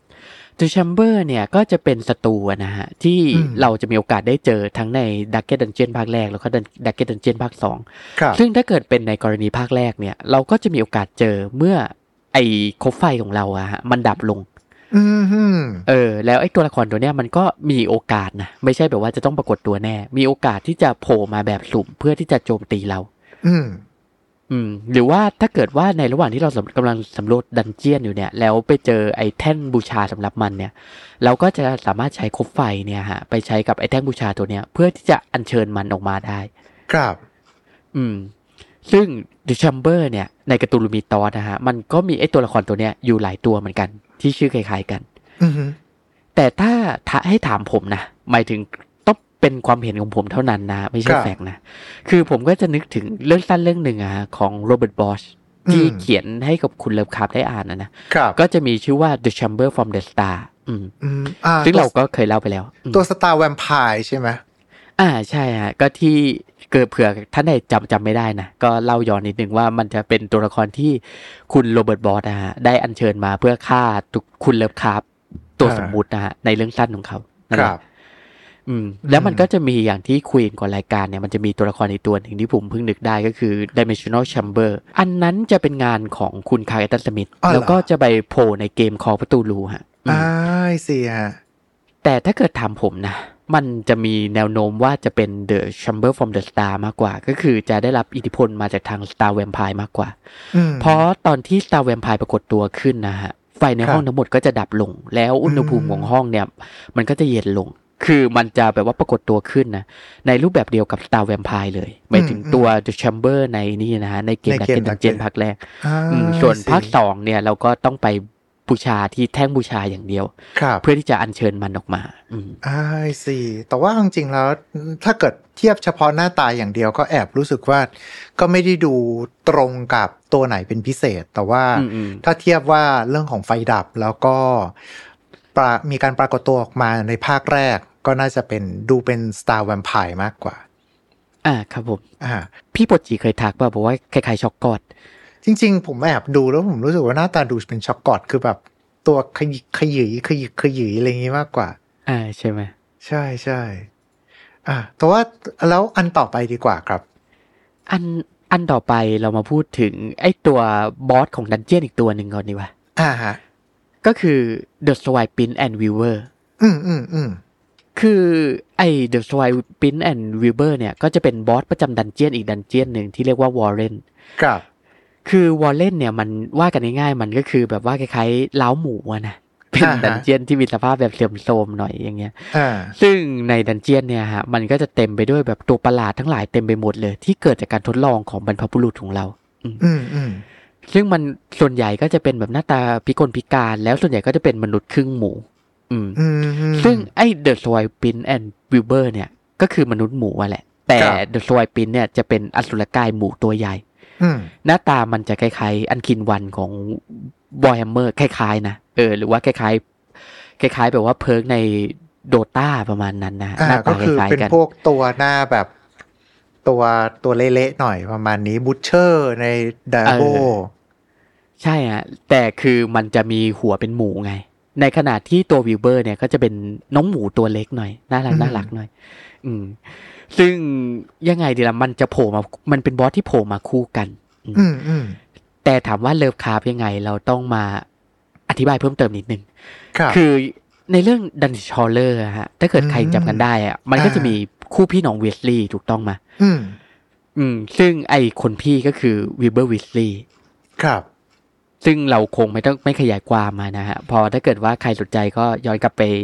The Chamber เนี่ยก็จะเป็นศัตรูนะฮะที่เราจะมีโอกาสได้เจอทั้งใน Darkest Dungeon ภาคแรกแล้วก็ Darkest Dungeon ภาคสองซึ่งถ้าเกิดเป็นในกรณีภาคแรกเนี่ยเราก็จะมีโอกาสเจอเมื่อไอ้คบไฟของเราอะฮะมันดับลงเออแล้วไอ้ตัวละครตัวเนี้ยมันก็มีโอกาสนะไม่ใช่แบบว่าจะต้องปรากฏตัวแน่มีโอกาสที่จะโผล่มาแบบสุ่มเพื่อที่จะโจมตีเราอืมอืมหรือว่าถ้าเกิดว่าในระหว่างที่เรากำลังสำรวจดันเจียนอยู่เนี่ยแล้วไปเจอไอ้แท่นบูชาสำหรับมันเนี่ยเราก็จะสามารถใช้คบไฟเนี่ยฮะไปใช้กับไอ้แท่นบูชาตัวเนี้ยเพื่อที่จะอัญเชิญมันออกมาได้ครับอืมซึ่ง The Chamber เนี่ยในการ์ตูนลูมิตอสนะฮะมันก็มีไอ้ตัวละครตัวเนี้ยอยู่หลายตัวเหมือนกันที่ชื่อคล้ายๆกันแต่ถ้าถ้าให้ถามผมนะหมายถึงต้องเป็นความเห็นของผมเท่านั้นนะไม่ใช่แฟกต์นะคือผมก็จะนึกถึงเรื่องสั้นเรื่องหนึ่งอะของโรเบิร์ตบอชที่เขียนให้กับคุณเลิฟคราฟได้อ่านนะนะก็จะมีชื่อว่า The Chamber from the Star อืมซึ่งเราก็เคยเล่าไปแล้วตัว Star Vampire ใช่ไหมอ่าใช่ฮะก็ที่เกิดเผื่อท่านใดจำจำไม่ได้นะก็เล่าย้อนนิดนึงว่ามันจะเป็นตัวละครที่คุณโรเบิร์ตบอสนะฮะได้อัญเชิญมาเพื่อฆ่าคุณเลิฟคราฟตัวสมมุตินะฮะในเรื่องสั้นของเขาครับอืมแล้วมันก็จะมีอย่างที่คุยก่อนรายการเนี่ยมันจะมีตัวละครอีกตัวหนึ่งที่ผมเพิ่งนึกได้ก็คือ Dimensional Chamber อันนั้นจะเป็นงานของคุณคาร์เอตันสมิธแล้วก็จะไปโผล่ในเกมคอประตูรูฮะอ่าเสียแต่ถ้าเกิดถามผมนะมันจะมีแนวโน้มว่าจะเป็น The Chamber from the Star มากกว่าก็คือจะได้รับอิทธิพลมาจากทาง Star Vampire มากกว่าเพราะตอนที่ Star Vampire ปรากฏตัวขึ้นนะฮะไฟในห้องทั้งหมดก็จะดับลงแล้วอุณหภูมิของห้องเนี่ยมันก็จะเย็นลงคือมันจะแบบว่าปรากฏตัวขึ้นนะในรูปแบบเดียวกับ Star Vampire เลยหมายถึงตัว The Chamber ในนี่นะฮะในเกม Darkest Dungeon ภาคแรกส่วนภาคสองเนี่ยเราก็ต้องไปบูชาที่แท่งบูชาอย่างเดียวเพื่อที่จะอัญเชิญมันออกมาอืมอ่าสิแต่ว่าจริงๆแล้วถ้าเกิดเทียบเฉพาะหน้าตาอย่างเดียวก็แอบรู้สึกว่าก็ไม่ได้ดูตรงกับตัวไหนเป็นพิเศษแต่ว่าถ้าเทียบว่าเรื่องของไฟดับแล้วก็มีการปรากฏตัวออกมาในภาคแรกก็น่าจะเป็นดูเป็น Star Vampire มากกว่าอ่าครับผมอ่าพี่ปดจีเคยทักป่ะบอกว่าคล้ายๆช็อกโกแลตจริงๆผมแอบดูแล้วผมรู้สึกว่าหน้าตาดูเป็นช็อกโกแลตคือแบบตัวขยิกขยืยขยิกขยืยอะไรอย่างงี้มากกว่าอ่าใช่ไหมใช่ใช่อ่าแต่ว่าแล้วอันต่อไปดีกว่าครับอันอันต่อไปเรามาพูดถึงไอ้ตัวบอสของดันเจี้ยนอีกตัวหนึ่งก่อนดีกว่าอ่าฮะก็คือ The Swipin and Weaver อืมอืมอืมคือไอ้ The Swipin and Weaver เนี่ยก็จะเป็นบอสประจำดันเจี้ยนอีกดันเจี้ยนหนึ่งที่เรียกว่า Warren ครับคือวอลเลนเนี่ยมันว่ากันง่ายๆมันก็คือแบบว่าคล้ายๆเล้าหมูนะเป็นดันเจียนที่มีสภาพแบบเสื่อมโทรมหน่อยอย่างเงี้ยซึ่งในดันเจียนเนี่ยฮะมันก็จะเต็มไปด้วยแบบตัวประหลาดทั้งหลายเต็มไปหมดเลยที่เกิดจากการทดลองของบรรพบุรุษของเราอืมอืมซึ่งมันส่วนใหญ่ก็จะเป็นแบบหน้าตาพิกลพิการแล้วส่วนใหญ่ก็จะเป็นมนุษย์ครึ่งหมูอืมซึ่งไอ้เดอะสไวปินแอนด์วิลเบอร์เนี่ยก็คือมนุษย์หมูอ่ะแหละแต่เดอะสไวปินเนี่ยจะเป็นอสุรกายหมูตัวใหญ่หน้าตามันจะคล้ายๆอันคินวันของบอยแฮมเมอร์คล้ายๆนะเออหรือว่าคล้ายๆคล้ายๆแบบว่าเพิร์กในโดต้าประมาณนั้นนะหน้าตาคล้ายๆกันก็คือเป็นพวกตัวหน้าแบบตัวตัวเละๆหน่อยประมาณนี้บูชเชอร์ในดาโบใช่อ่ะแต่คือมันจะมีหัวเป็นหมูไงในขณะที่ตัววิลเบอร์เนี่ยก็จะเป็นน้องหมูตัวเล็กหน่อยน่ารักน่ารักหน่อยอืมซึ่งยังไงดีล่ะมันจะโผล่มามันเป็นบอสที่โผล่มาคู่กันอืมอืมแต่ถามว่าเลิฟคราฟยังไงเราต้องมาอธิบายเพิ่มเติมนิดนึงค, คือในเรื่องดันชอลเลอร์ฮะถ้าเกิดใครจำกันได้อ่ะมันก็จะมีคู่พี่น้องเวสลีย์ถูกต้องมาอืมอืมซึ่งไอคนพี่ก็คือวิลเบอร์วิสลีย์ครับซึ่งเราคงไม่ต้องไม่ขยายความมานะฮะพอถ้าเกิดว่าใครสนใจก็ย้อนกลับไป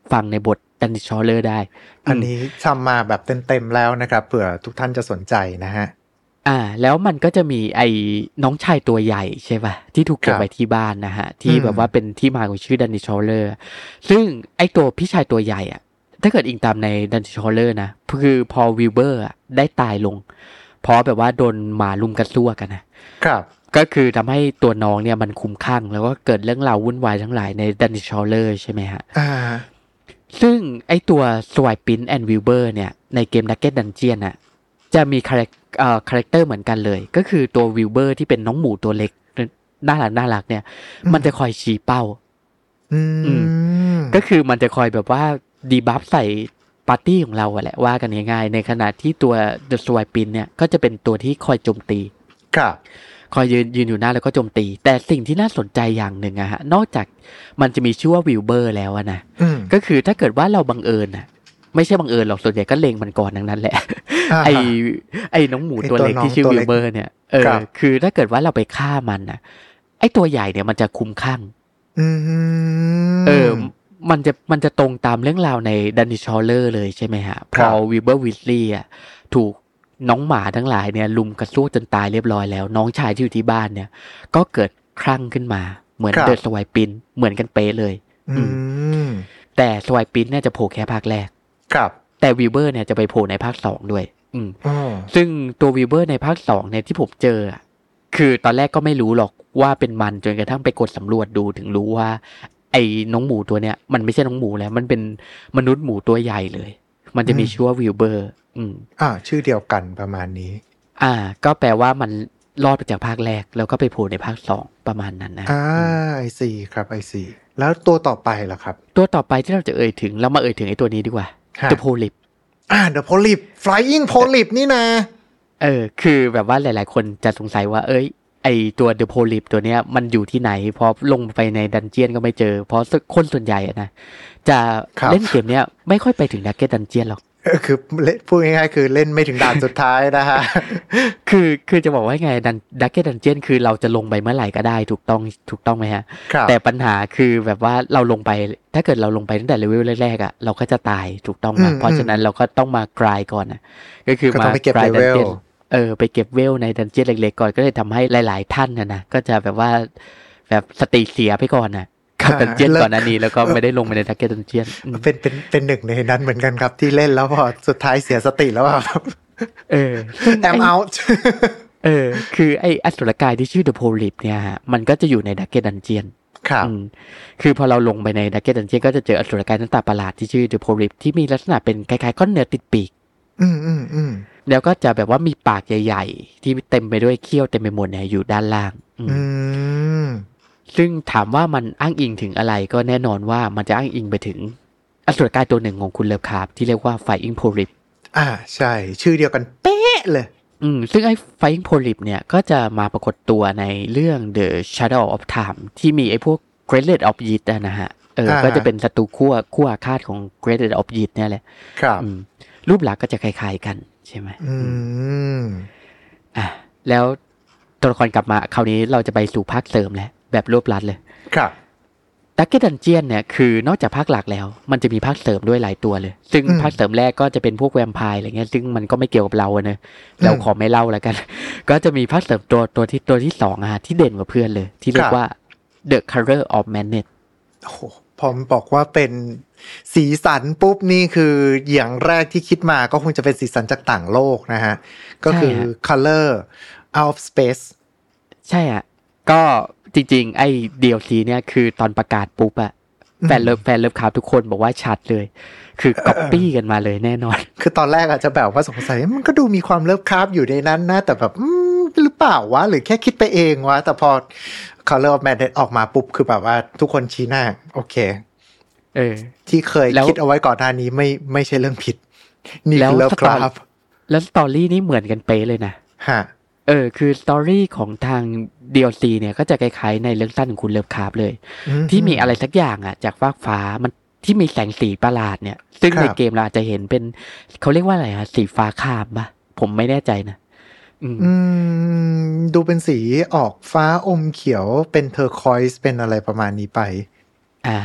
ฟังในบทดันนิชอเลอร์ได้อันนี้ทำมาแบบเต็มๆแล้วนะครับเผื่อทุกท่านจะสนใจนะฮะอ่าแล้วมันก็จะมีไอ้น้องชายตัวใหญ่ใช่ป่ะที่ถูกเก็บไว้ที่บ้านนะฮะที่แบบว่าเป็นที่มาของชื่อดันนิชอเลอร์ซึ่งไอ้ตัวพี่ชายตัวใหญ่อ่ะถ้าเกิดอิงตามในดันนิชอเลอร์นะคือพอวิลเบอร์ได้ตายลงเพราะแบบว่าโดนหมาลุมกระซวกกันนะครับก็คือทำให้ตัวน้องเนี่ยมันคุ้มข้างแล้วก็เกิดเรื่องราววุ่นวายทั้งหลายในดันนิชอเลอร์ใช่ไหมฮะอ่าซึ่งไอตัวสวายปินแอนด์วิลเบอร์เนี่ยในเกมดักเก็ตดันเจียนน่ะจะมีคาแรคเอ่อคาแรคเตอร์เหมือนกันเลยก็คือตัววิลเบอร์ที่เป็นน้องหมูตัวเล็กน่ารักน่ารักเนี่ยมันจะคอยชี้เป้าอืมก็คือมันจะคอยแบบว่าดีบัฟใส่ปาร์ตี้ของเราแหละว่ากันง่ายๆในขณะที่ตัว The Swipin เนี่ยก็จะเป็นตัวที่คอยโจมตีครับคอยยืนยืนอยู่หน้าแล้วก็โจมตีแต่สิ่งที่น่าสนใจอย่างหนึ่งอะฮะนอกจากมันจะมีชื่อว่าวิลเบอร์แล้วนะก็คือถ้าเกิดว่าเราบังเอิญอะไม่ใช่บังเอิญหรอกส่วนใหญ่ก็เล็งมันก่อนดังนั้นแหละไอไอน้องหมูตัวเล็กที่ชื่อวิลเบอร์เนี่ยเออคือถ้าเกิดว่าเราไปฆ่ามันนะไอตัวใหญ่เนี่ยมันจะคุ้มข้างเออมันจะมันจะตรงตามเรื่องราวในดันนิชอเลอร์เลยใช่ไหมฮะพอวิลเบอร์วิสลีย์อ่ะถูกน้องหมาทั้งหลายเนี่ยลุมกระซวกจนตายเรียบร้อยแล้วน้องชายที่อยู่ที่บ้านเนี่ยก็เกิดคลั่งขึ้นมาเหมือนเดอะสวายปินเหมือนกันเป๊ะเลยแต่สวายปินเนี่ยจะโผล่แค่ภาคแรกครับแต่วิลเบอร์เนี่ยจะไปโผล่ในภาคสองด้วยอืมซึ่งตัววิลเบอร์ในภาคสองเนี่ยที่ผมเจอคือตอนแรกก็ไม่รู้หรอกว่าเป็นมันจนกระทั่งไปกดสำรวจดูถึงรู้ว่าไอ้น้องหมูตัวเนี้ยมันไม่ใช่น้องหมูแล้วมันเป็นมนุษย์หมูตัวใหญ่เลยมันจะมีชื่อว่าวิลเบอร์อืมอ่าชื่อเดียวกันประมาณนี้อ่าก็แปลว่ามันรอดไปจากภาคแรกแล้วก็ไปโผล่ในภาคสองประมาณนั้นนะอ่าไอซีครับไอซีแล้วตัวต่อไปล่ะครับตัวต่อไปที่เราจะเอ่ยถึงเรามาเอ่ยถึงไอ้ตัวนี้ดีกว่า The Polyp อ่า The Polyp Flying Polyp นี่นะเออคือแบบว่าหลายๆคนจะสงสัยว่าเอ้ยไอตัว The Polyp ตัวเนี้ยมันอยู่ที่ไหนพอลงไปในดันเจียนก็ไม่เจอเพราะคนส่วนใหญ่นะจะเล่นเกมเนี้ยไม่ค่อยไปถึงดักเก็ตดันเจียนหรอกคือพูดง่ายๆคือเล่นไม่ถึงด่านสุดท้ายนะฮะคือคือจะบอกว่าไงดันดักเก็ตดันเจียนคือเราจะลงไปเมื่อไหร่ก็ได้ถูกต้องถูกต้องไหมฮะแต่ปัญหาคือแบบว่าเราลงไปถ้าเกิดเราลงไปตั้งแต่เลเวลแรกๆอ่ะเราก็จะตายถูกต้องนะเพราะฉะนั้นเราก็ต้องมากรายก่อนนะก็คือมากรายดันเจียนเออไปเก็บเวลในดันเจียนเล็กๆก่อนก็เลยทำให้หลายๆท่านนะนะก็จะแบบว่าแบบสติเสียไปก่อนนะกับดันเจียนก่อนอันนี้แล้วก็ไม่ได้ลงไปในดักเก็ตดันเจียนเป็นเป็นเป็นหนึ่งในนั้นเหมือนกันครับที่เล่นแล้วพอสุดท้ายเสียสติแล้วครับเออแอมเอาท์เออคือไอ้อสุรกายที่ชื่อ The Polyp เนี่ยฮะมันก็จะอยู่ในดักเก็ตดันเจียนครับคือพอเราลงไปในดักเก็ตดันเจียนก็จะเจออสุรกายหน้าตาประหลาดที่ชื่อ The Polyp ที่มีลักษณะเป็นคล้ายๆก้อนเนื้อติดปีกอืมอืมอืมแล้วก็จะแบบว่ามีปากใหญ่ๆที่เต็มไปด้วยเขี้ยวเต็มไปหมดเนี่ยอยู่ด้านล่างอืมซึ่งถามว่ามันอ้างอิงถึงอะไรก็แน่นอนว่ามันจะอ้างอิงไปถึงอสุรกายตัวหนึ่งของคุณเลิฟคราฟที่เรียกว่า Flying Polyp อ่าใช่ชื่อเดียวกันเป๊ะเลยอืมซึ่งไอ้ Flying Polyp เนี่ยก็จะมาปรากฏตัวในเรื่อง The Shadow of Time ที่มีไอ้พวก Great of Yid นะฮะเออก็จะเป็นศัตรูคู่คู่อาฆาตของ Great of Yid เนี่ยแหละครับรูปลักษณ์ก็จะคล้ายๆกันใช่ไหมอืมอ่ะแล้วตัวละครกลับมาคราวนี้เราจะไปสู่ภาคเสริมแล้วแบบรวบลัดเลยครับดักเก็ตดันเจียนเนี่ยคือนอกจากภาคหลักแล้วมันจะมีภาคเสริมด้วยหลายตัวเลยซึ่งภาคเสริมแรกก็จะเป็นพวกแวมไพร์อะไรเงี้ยซึ่งมันก็ไม่เกี่ยวกับเราเนอะเราขอไม่เล่าแล้วกันก็จะมีภาคเสริมตัวตัวที่ตัวที่สองอะที่เด่นกว่าเพื่อนเลยที่เรียกว่า The Color of Madness โอ้โหผมบอกว่าเป็นสีสันปุ๊บนี่คืออย่างแรกที่คิดมาก็คงจะเป็นสีสันจากต่างโลกนะฮะก็คือ Color out of Space ใช่อ่ะก็จริงๆไอ้ ดี แอล ซี เนี่ยคือตอนประกาศปุ๊บอะแฟนเลิฟแฟนเลิฟคราฟทุกคนบอกว่าชัดเลยคือก๊อปปี้กันมาเลยแน่นอนคือตอนแรกอาจจะแบบว่าสงสัยมันก็ดูมีความเลิฟคราฟอยู่ในนั้นนะแต่แบบหรือเปล่าวะหรือแค่คิดไปเองวะแต่พอ Color of Madness ออกมาปุ๊บคือแบบว่าทุกคนชี้หน้าโอเคเออที่เคยคิดเอาไว้ก่อนหน้านี้ไม่ไม่ใช่เรื่องผิดนี่คือเลิฟคราฟแล้วสตอรี่นี่เหมือนกันเป๊ะเลยนะฮะเออคือสตอรี่ของทาง ดี แอล ซี เนี่ยก็จะคล้ายๆในเรื่องสั้นของคุณเลิฟคราฟเลยที่มีอะไรสักอย่างอ่ะจากฟากฟ้ามันที่มีแสงสีประหลาดเนี่ยซึ่งในเกมเราจะเห็นเป็นเขาเรียกว่าอะไรฮะสีฟ้าคามป่ะผมไม่แน่ใจนะอืมดูเป็นสีออกฟ้าอมเขียวเป็นเทอร์คอยส์เป็นอะไรประมาณนี้ไปอ่า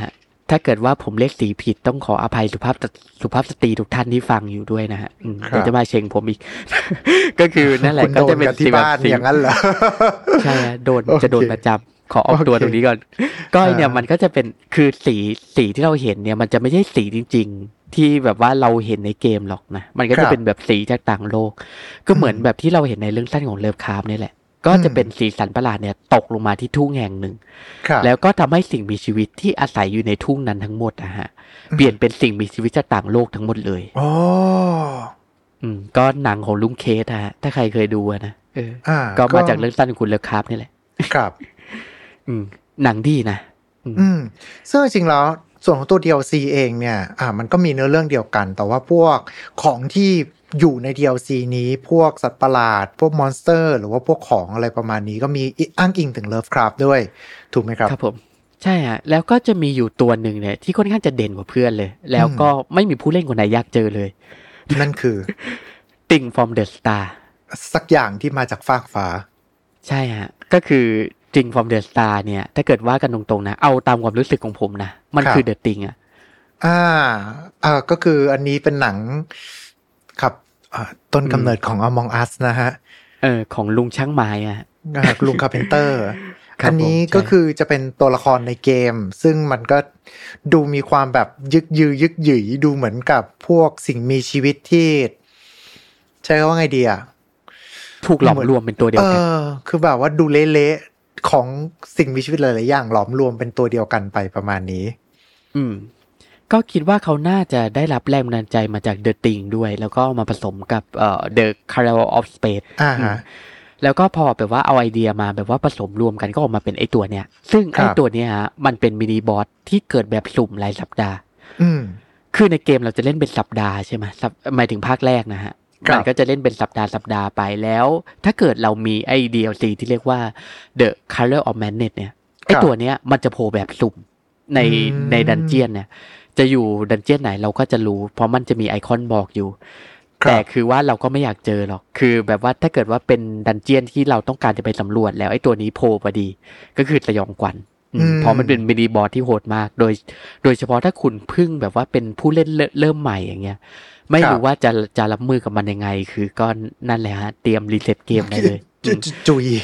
ถ้าเกิดว่าผมเรียกสีผิดต้องขออภัยสุภาพสุภาพสตรีทุกท่านที่ฟังอยู่ด้วยนะฮะเดี๋ยวจะมาเชงผมอีก ก็คือนั่นแหละก็จะเป็นสีแบบสีอย่างนั้นเหรอใช่โดนจะโดนประจำขอออกตัวตรงนี้ก่อนก็เนี่ยมันก็จะเป็นคือสีสีที่เราเห็นเนี่ยมันจะไม่ใช่สีจริงๆที่แบบว่าเราเห็นในเกมหรอกนะมันก็จะเป็นแบบสีจากต่างโลกก็เหมือนแบบที่เราเห็นในเรื่องสั้นของเลิฟคราฟนี่แหละก็จะเป็นสีสันประหลาดเนี่ยตกลงมาที่ทุ่งแห่งหนึ่งแล้วก็ทำให้สิ่งมีชีวิตที่อาศัยอยู่ในทุ่งนั้นทั้งหมดอะฮะเปลี่ยนเป็นสิ่งมีชีวิตจากต่างโลกทั้งหมดเลยอ๋ออืมก็หนังของลุงเคสฮะถ้าใครเคยดูนะเออก็มาจากเรื่องสั้นของคุณเลิฟคราฟนี่แหละครับอืมหนังดีนะอืมซึ่งจริงๆแล้วส่วนของตัว ดี แอล ซี เองเนี่ยอ่ามันก็มีเนื้อเรื่องเดียวกันแต่ว่าพวกของที่อยู่ใน ดี แอล ซี นี้พวกสัตว์ประหลาดพวกมอนสเตอร์หรือว่าพวกของอะไรประมาณนี้ก็มีอ้างอิงถึง Lovecraft ด้วยถูกไหมครับครับผมใช่ฮะแล้วก็จะมีอยู่ตัวหนึ่งเนี่ยที่ค่อนข้างจะเด่นกว่าเพื่อนเลยแล้วก็ไม่มีผู้เล่นคนไหนอยากเจอเลยนั่นคือ Thing from the Star สักอย่างที่มาจากฟากฟ้าใช่ฮะก็คือThing from the Star เนี่ยถ้าเกิดว่ากันตรงๆนะเอาตามความรู้สึกของผมนะมันคือ The Thing อ่ะอ่าอ่าก็คืออันนี้เป็นหนังครับต้นกำเนิดของ Among Us นะฮะเออของลุงช่างไม้อ่ะลุงคาร์เพนเตอร์อันนี้ก็คือจะเป็นตัวละครในเกมซึ่งมันก็ดูมีความแบบยึกยือยึกหยืยดูเหมือนกับพวกสิ่งมีชีวิตที่ใช้คำว่าไงดีอ่ะถูกหลอมรวมเป็นตัวเดียวกันเออคือแบบว่าดูเละๆของสิ่งมีชีวิตหลายๆอย่างหลอมรวมเป็นตัวเดียวกันไปประมาณนี้อืมก็คิดว่าเขาน่าจะได้รับแรงบันดาลใจมาจาก The Thing ด้วยแล้วก็มาผสมกับเอ่อ The Color of Space อ่าฮะแล้วก็พอแบบว่าเอาไอเดียมาแบบว่าผสมรวมกันก็ออกมาเป็นไอตัวเนี้ยซึ่งไอตัวเนี้ยฮะมันเป็นมินิบอสที่เกิดแบบสุ่มรายสัปดาห์อืมคือในเกมเราจะเล่นเป็นสัปดาห์ใช่ไหมหมายถึงภาคแรกนะฮะมันก็จะเล่นเป็นสัปดาห์สัปดาห์ไปแล้วถ้าเกิดเรามีไอ ดี แอล ซี ที่เรียกว่า The Color of Madness เนี่ยไอตัวเนี้ยมันจะโผล่แบบสุ่มในในดันเจียนเนี่ยจะอยู่ดันเจียนไหนเราก็จะรู้เพราะมันจะมีไอคอนบอกอยู่แต่คือว่าเราก็ไม่อยากเจอหรอกคือแบบว่าถ้าเกิดว่าเป็นดันเจียนที่เราต้องการจะไปสำรวจแล้วไอ้ตัวนี้โผล่พอดีก็คือสยองขวัญเพราะมันเป็นมินิบอสที่โหดมากโดยโดยเฉพาะถ้าคุณเพิ่งแบบว่าเป็นผู้เล่นเริ่มใหม่อย่างเงี้ยไม่รู้ว่าจะจะรับมือกับมันยังไงคือก็นั่นแหละฮะเตรียมรีเซ็ตเกมได้เลยจุย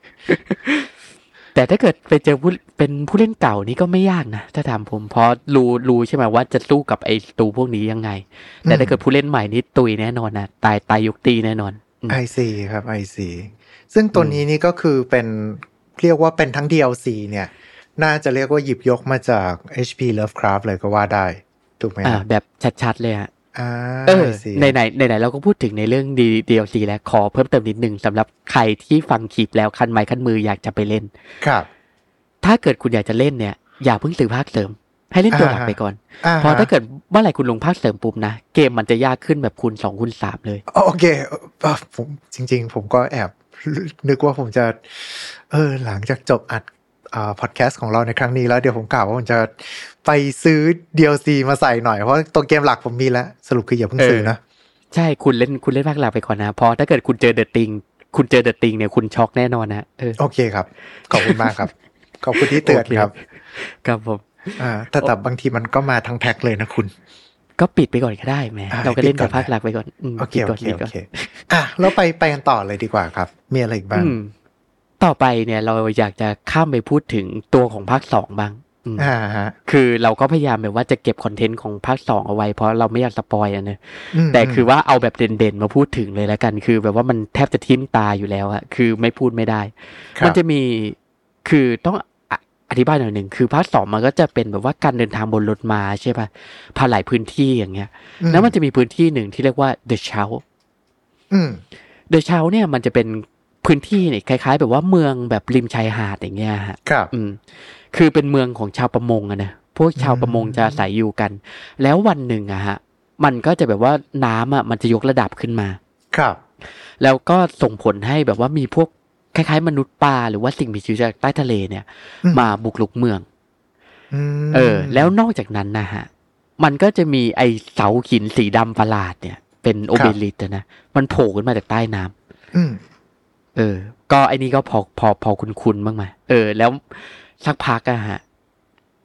แต่ถ้าเกิดไปเจอผู้เป็นผู้เล่นเก่านี่ก็ไม่ยากนะถ้าถามผมเพราะรู้รู้ใช่ไหมว่าจะสู้กับไอ้ตูพวกนี้ยังไงแต่ถ้าเกิดผู้เล่นใหม่นี่ตุยแน่นอนนะตายตายยกตีแน่นอนไอ ซี ครับ ไอ ซี ซึ่งตัวนี้นี่ก็คือเป็นเรียกว่าเป็นทั้ง ดี แอล ซี เนี่ยน่าจะเรียกว่าหยิบยกมาจาก เอช พี Lovecraft เลยก็ว่าได้ถูกไหมครับแบบชัดๆเลยฮะเออในไหนในไหนเราก็พูดถึงในเรื่อง ดี แอล ซี แล้วขอเพิ่มเติมนิดนึงสำหรับใครที่ฟังคลิปแล้วคันไม้คันมืออยากจะไปเล่นครับถ้าเกิดคุณอยากจะเล่นเนี่ยอย่าเพิ่งซื้อภาคเสริมให้เล่นตัวหลักไปก่อนเพราะถ้าเกิดเมื่อไหร่คุณลงภาคเสริมปุ๊บนะเกมมันจะยากขึ้นแบบคูณสองคูณสามเลยโอเคผมจริงๆผมก็แอบนึกว่าผมจะเออหลังจากจบอัดอ่าพอดแคสต์ของเราในครั้งนี้แล้วเดี๋ยวผมกล่าวว่าผมจะไปซื้อ ดี แอล ซี มาใส่หน่อยเพราะตัวเกมหลักผมมีแล้วสรุปคืออย่าเพิ่งซื้อนะใช่คุณเล่นคุณเล่นภาคหลักไปก่อนนะเพราะถ้าเกิดคุณเจอเดอะติงคุณเจอเดอะติงเนี่ยคุณช็อกแน่นอนนะเออโอเคครับขอบคุณมากครับขอบคุณที่เตือนครับครับผมอ่าแต่แต่บางทีมันก็มาทั้งแพ็คเลยนะคุณก็ปิดไปก่อนก็ได้แหมเราก็เล่นแต่ภาคหลักไปก่อนโอเคโอเคโอเคอ่ะแล้วไปไปกันต่อเลยดีกว่าครับมีอะไรอีกบ้างต่อไปเนี่ยเราอยากจะข้ามไปพูดถึงตัวของภาคสองบ้างอ่าฮะคือเราก็พยายามแบบว่าจะเก็บคอนเทนต์ของภาคสองเอาไว้เพราะเราไม่อยากสปอยอ่ะเนอะแต่คือว่าเอาแบบเด่นๆมาพูดถึงเลยแล้วกันคือแบบว่ามันแทบจะทิ่มตาอยู่แล้วอะคือไม่พูดไม่ได้มันจะมีคือต้องอธิบายหน่อยหนึ่งคือภาคสองมันก็จะเป็นแบบว่าการเดินทางบนรถม้าใช่ป่ะผ่านหลายพื้นที่อย่างเงี้ยแล้วมันจะมีพื้นที่หนึ่งที่เรียกว่า The Chow The Chow เนี่ยมันจะเป็นพื้นที่เนี่ยคล้ายๆแบบว่าเมืองแบบริมชายหาดอย่างเงี้ยฮะครับอืมคือเป็นเมืองของชาวประมงอะนะพวกชาวประมงจะอาศัยอยู่กันแล้ววันหนึ่งอะฮะมันก็จะแบบว่าน้ำอะมันจะยกระดับขึ้นมาครับแล้วก็ส่งผลให้แบบว่ามีพวกคล้ายๆมนุษย์ป่าหรือว่าสิ่งมีชีวิตจากใต้ทะเลเนี่ยมาบุกรุกเมืองเออแล้วนอกจากนั้นนะฮะมันก็จะมีไอเสาหินสีดำประหลาดเนี่ยเป็นโอเบลิสนะมันโผล่ขึ้นมาจากใต้น้ำเออก็ไอนี้ก็พอพอพอคุ้นๆบ้างไหมเออแล้วสักพักอะฮะ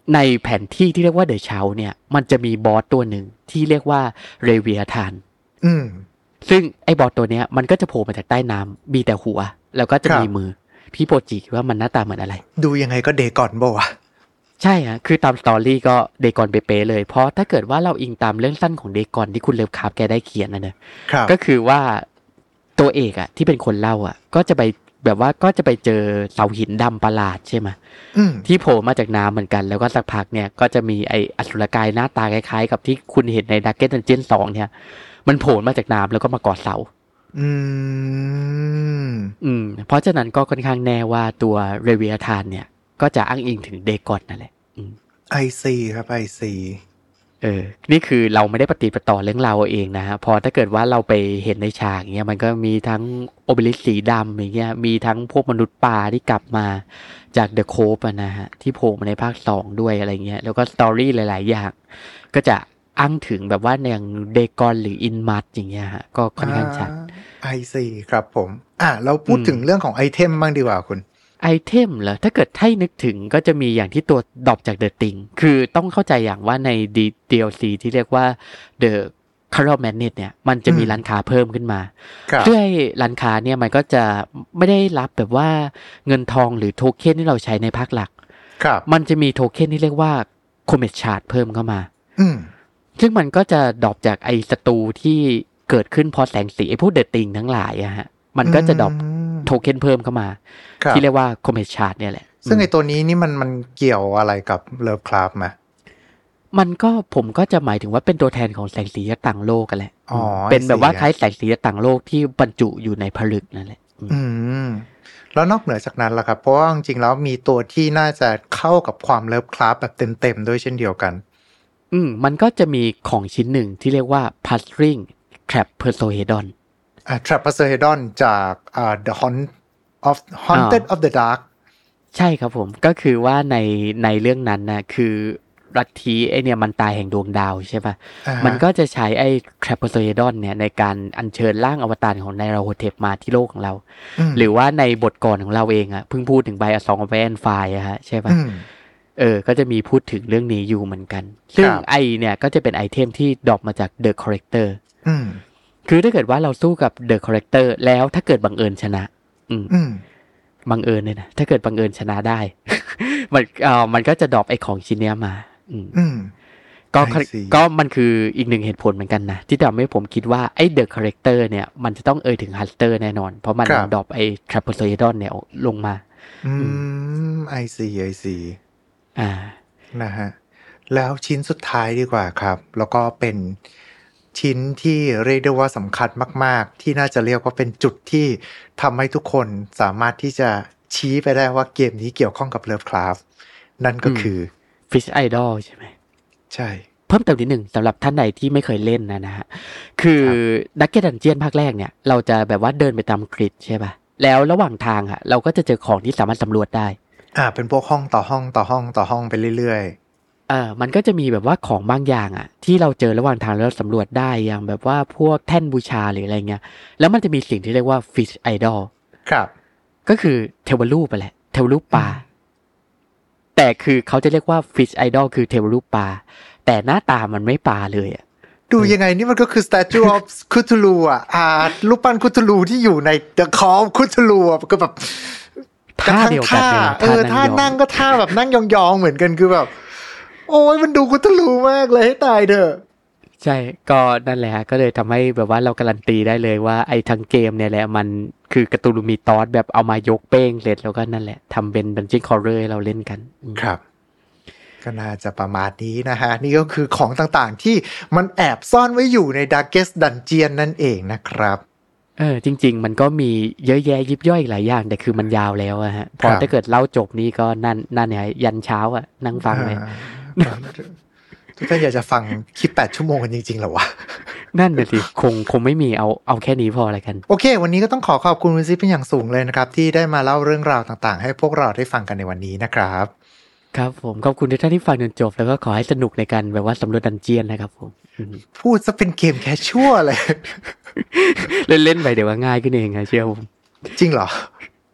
ในแผนที่ที่เรียกว่าเดอะเชาเนี่ยมันจะมีบอสตัวหนึ่งที่เรียกว่าเรเวียธานอืมซึ่งไอ้บอสตัวเนี้ยมันก็จะโผล่มาจากใต้น้ำมีแต่หัวแล้วก็จะมีมือพี่โปรจิว่ามันหน้าตาเหมือนอะไรดูยังไงก็เดกอนบ่วะใช่ฮะคือตามสตอรี่ก็เดกอนเป๊ะเลยเพราะถ้าเกิดว่าเราอิงตามเรื่องสั้นของเดกอนที่คุณเลิฟคราฟแกได้เขียนนะเนี่ยก็คือว่าตัวเอกอะที่เป็นคนเล่าอะก็จะไปแบบว่าก็จะไปเจอเสาหินดำประหลาดใช่ไหมที่โผล่มาจากน้ำเหมือนกันแล้วก็สักพักเนี่ยก็จะมีไออสุรกายหน้าตาคล้ายๆกับที่คุณเห็นในดักเก็ตดันเจี้ยนสองเนี่ยมันโผล่มาจากน้ำแล้วก็มากอดเสาอืมอืมเพราะฉะนั้นก็ค่อนข้างแน่ว่าตัวเรเวียธานเนี่ยก็จะอ้างอิงถึงเดกอนนั่นแหละไอซีครับไอซีเออนี่คือเราไม่ได้ปฏิปต่อเรื่องเราเองนะฮะพอถ้าเกิดว่าเราไปเห็นในฉากเงี้ยมันก็มีทั้งโอเบลิสสีดำอย่างเงี้ยมีทั้งพวกมนุษย์ป่าที่กลับมาจากเดอะโคฟอะนะฮะที่โผล่มาในภาคสองด้วยอะไรเงี้ยแล้วก็สตอรี่หลายๆอย่างก็จะอ้างถึงแบบว่าอย่างเดกอนหรืออินมัดอย่างเงี้ยฮะก็ค่อนข้างชัดไอซีครับผมอ่ะเราพูดถึงเรื่องของไอเทมบ้างดีกว่าคุณไอเทมเหรอถ้าเกิดให้นึกถึงก็จะมีอย่างที่ตัวดรอปจาก The Thing คือต้องเข้าใจอย่างว่าใน ดี แอล ซี ที่เรียกว่า The Color Magnet เนี่ยมันจะมีร้านค้าเพิ่มขึ้นมาเพื่อให้ร้านค้าเนี่ยมันก็จะไม่ได้รับแบบว่าเงินทองหรือโทเค็นที่เราใช้ในภาคหลักมันจะมีโทเค็นที่เรียกว่า Comet Shard เพิ่มเข้ามาซึ่งมันก็จะดรอปจากไอศัตรูที่เกิดขึ้นพอแสงสีไอพวก The Thing ทั้งหลายอะฮะมันก็จะดรอปโทเค็นเพิ่มเข้ามาที่เรียกว่า Comet Shard เนี่ยแหละซึ่งไอตัวนี้นี่มันมันเกี่ยวอะไรกับ Lovecraft มั้ยมันก็ผมก็จะหมายถึงว่าเป็นตัวแทนของแสงสีจากต่างโลกกันแหละอ๋อเป็นแบบว่าคล้ายแสงสีจากต่างโลกที่บรรจุอยู่ในผลึกนั่นแหละอืมแล้วนอกเหนือจากนั้นล่ะครับเพราะว่าจริงๆแล้วมีตัวที่น่าจะเข้ากับความ Lovecraft แบบเต็มๆด้วยเช่นเดียวกันอืมมันก็จะมีของชิ้นหนึ่งที่เรียกว่า Puzzling Trapezohedron อ่า Trapezohedron จากอ่า The Haunt of Haunted of the Dark ใช่ครับผมก็คือว่าในในเรื่องนั้นนะคือลัทธิไอเนี่ยมันตายแห่งดวงดาวใช่ป่ะ uh-huh. มันก็จะใช้ไอ้ Trapezohedron เนี่ยในการอัญเชิญร่างอวตารของไนราโฮเทปมาที่โลกของเรา หรือว่าในบทก่อนของเราเองอ่ะเพิ่งพูดถึงไบอะซองออฟแอนไฟอะฮะใช่ป่ะเออก็จะมีพูดถึงเรื่องนี้อยู่เหมือนกันซึ่งไอเนี่ยก็จะเป็นไอเทมที่ดรอปมาจาก The Corrector คือถ้าเกิดว่าเราสู้กับ The Corrector แล้วถ้าเกิดบังเอิญชนะอืมบังเอิญเลยนะถ้าเกิดบังเอิญชนะได้ มันเอ่อมันก็จะดรอปไอของชิ้นเนี้ยมาอืมก็ก็มันคืออีกหนึ่งเหตุผลเหมือนกันนะที่ทำให้ผมคิดว่าไอ้ The Corrector เนี่ยมันจะต้องเอ่ยถึง Hunter แน่นอนเพราะมันดรอปไอ้ Trapezohedron เนี่ยลงมาอืม I see I see อ่านะฮะแล้วชิ้นสุดท้ายดีกว่าครับแล้วก็เป็นชิ้นที่เรียกได้ว่าสำคัญมากๆที่น่าจะเรียกว่าเป็นจุดที่ทำให้ทุกคนสามารถที่จะชี้ไปได้ว่าเกมนี้เกี่ยวข้องกับ Lovecraft นั่นก็คือ Fish Idol ใช่ไหมใช่เพิ่มเติมนิดหนึ่งสำหรับท่านใดที่ไม่เคยเล่นนะนะฮะคือดักเก็ตดันเจียนภาคแรกเนี่ยเราจะแบบว่าเดินไปตามกริดใช่ป่ะแล้วระหว่างทางอ่ะเราก็จะเจอของที่สามารถสำรวจได้อ่าเป็นพวกห้องต่อห้องต่อห้องต่อห้องไปเรื่อยๆเออมันก็จะมีแบบว่าของบางอย่างอ่ะที่เราเจอระหว่างทางแล้วสำรวจได้อย่างแบบว่าพวกแท่นบูชาหรืออะไรเงี้ยแล้วมันจะมีสิ่งที่เรียกว่า Fish Idol ครับก็คือเทวรูปไปแหละเทวรูปปลาแต่คือเขาจะเรียกว่า Fish Idol คือเทวรูปปลาแต่หน้าตามันไม่ปลาเลยอ่ะดูยังไงนี่มันก็คือ Statue of Cthulhu อ่ะอ่ารูปปั้นคุทูลูที่อยู่ใน The Call of Cthulhu อ่ะก็แบบท่าเดียวกันเออท่านั่งก็ท่าแบบนั่งยองๆเหมือนกันคือแบบโอ้ยมันดูคุทูลูมากเลยให้ตายเถอะใช่ก็นั่นแหละก็เลยทำให้แบบว่าเราการันตีได้เลยว่าไอ้ทั้งเกมเนี่ยแหละมันคือการ์ตูนมีตอสแบบเอามายกเป้งเสร็จแล้วก็นั่นแหละทำเป็นดันเจี้ยนคอร์เรอร์ให้เราเล่นกันครับก็น่าจะประมาณนี้นะฮะนี่ก็คือของต่างๆที่มันแอบซ่อนไว้อยู่ใน Darkest Dungeon นั่นเองนะครับเออจริงๆมันก็มีเยอะแยะยิบย่อยหลายอย่างแต่คือมันยาวแล้วอะฮะพอถ้าเกิดเล่าจบนี่ก็นั่นนั่นเนี่ยยันเช้าอะนั่งฟังเลยทุกท่านอยากจะฟังคลิปแปดชั่วโมงกันจริงๆเหรอวะนั่นน่ะสิคงคงไม่มีเอาเอาแค่นี้พออะไรกันโอเควันนี้ก็ต้องขอขอบคุณคุณซิเป็นอย่างสูงเลยนะครับที่ได้มาเล่าเรื่องราวต่างๆให้พวกเราได้ฟังกันในวันนี้นะครับครับผมขอบคุณทุกท่านที่ฟังจนจบแล้วก็ขอให้สนุกในการแบบว่าสำรวจดันเจียนนะครับผมพูดซะเป็นเกมแคชชัวร์เลยเล่นๆไปเดี๋ยวว่าง่ายขึ้นเองครับเชื่อผมจริงเหรอ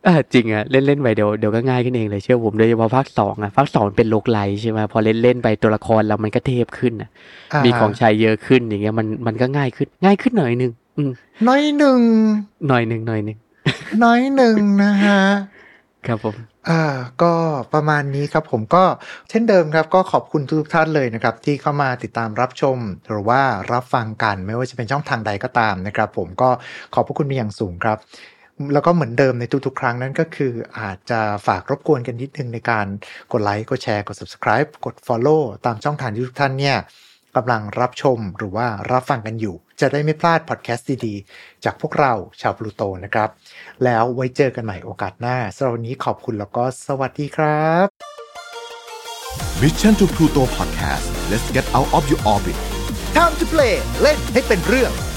อ่าจริงอ่ะเล่นเล่นไปเดี๋ยวเดี๋ยวก็ง่ายขึ้นเองเลยเชื่อผมโดยเฉพาะภาคสองอ่ะภาคสองเป็นโลกไลท์ใช่ไหมพอเล่นเล่นไปตัวละครเรามันก็เทพขึ้นอ่ะมีของใช้เยอะขึ้นอย่างเงี้ยมันมันก็ง่ายขึ้นง่ายขึ้นหน่อยนึงอืมน้อยหนึ่งหน่อยนึงหน่อยนึงน้อยหนึ่งนะฮะครับผมอ่าก็ประมาณนี้ครับผมก็เช่นเดิมครับก็ขอบคุณทุกท่านเลยนะครับที่เข้ามาติดตามรับชมหรือว่ารับฟังกันไม่ว่าจะเป็นช่องทางใดก็ตามนะครับผมก็ขอบพระคุณเป็นอย่างสูงครับแล้วก็เหมือนเดิมในทุกๆครั้งนั้นก็คืออาจจะฝากรบกวนกันนิดนึงในการกดไลค์กดแชร์กด Subscribe กด Follow ตามช่องทางที่ทุกท่านเนี่ยกำลังรับชมหรือว่ารับฟังกันอยู่จะได้ไม่พลาดพอดแคสต์ดีๆจากพวกเราชาวพลูโตนะครับแล้วไว้เจอกันใหม่โอกาสหน้าสำหรับวันนี้ขอบคุณแล้วก็สวัสดีครับ Mission to Pluto Podcast let's get out of your orbit Time to play เล่นให้เป็นเรื่อง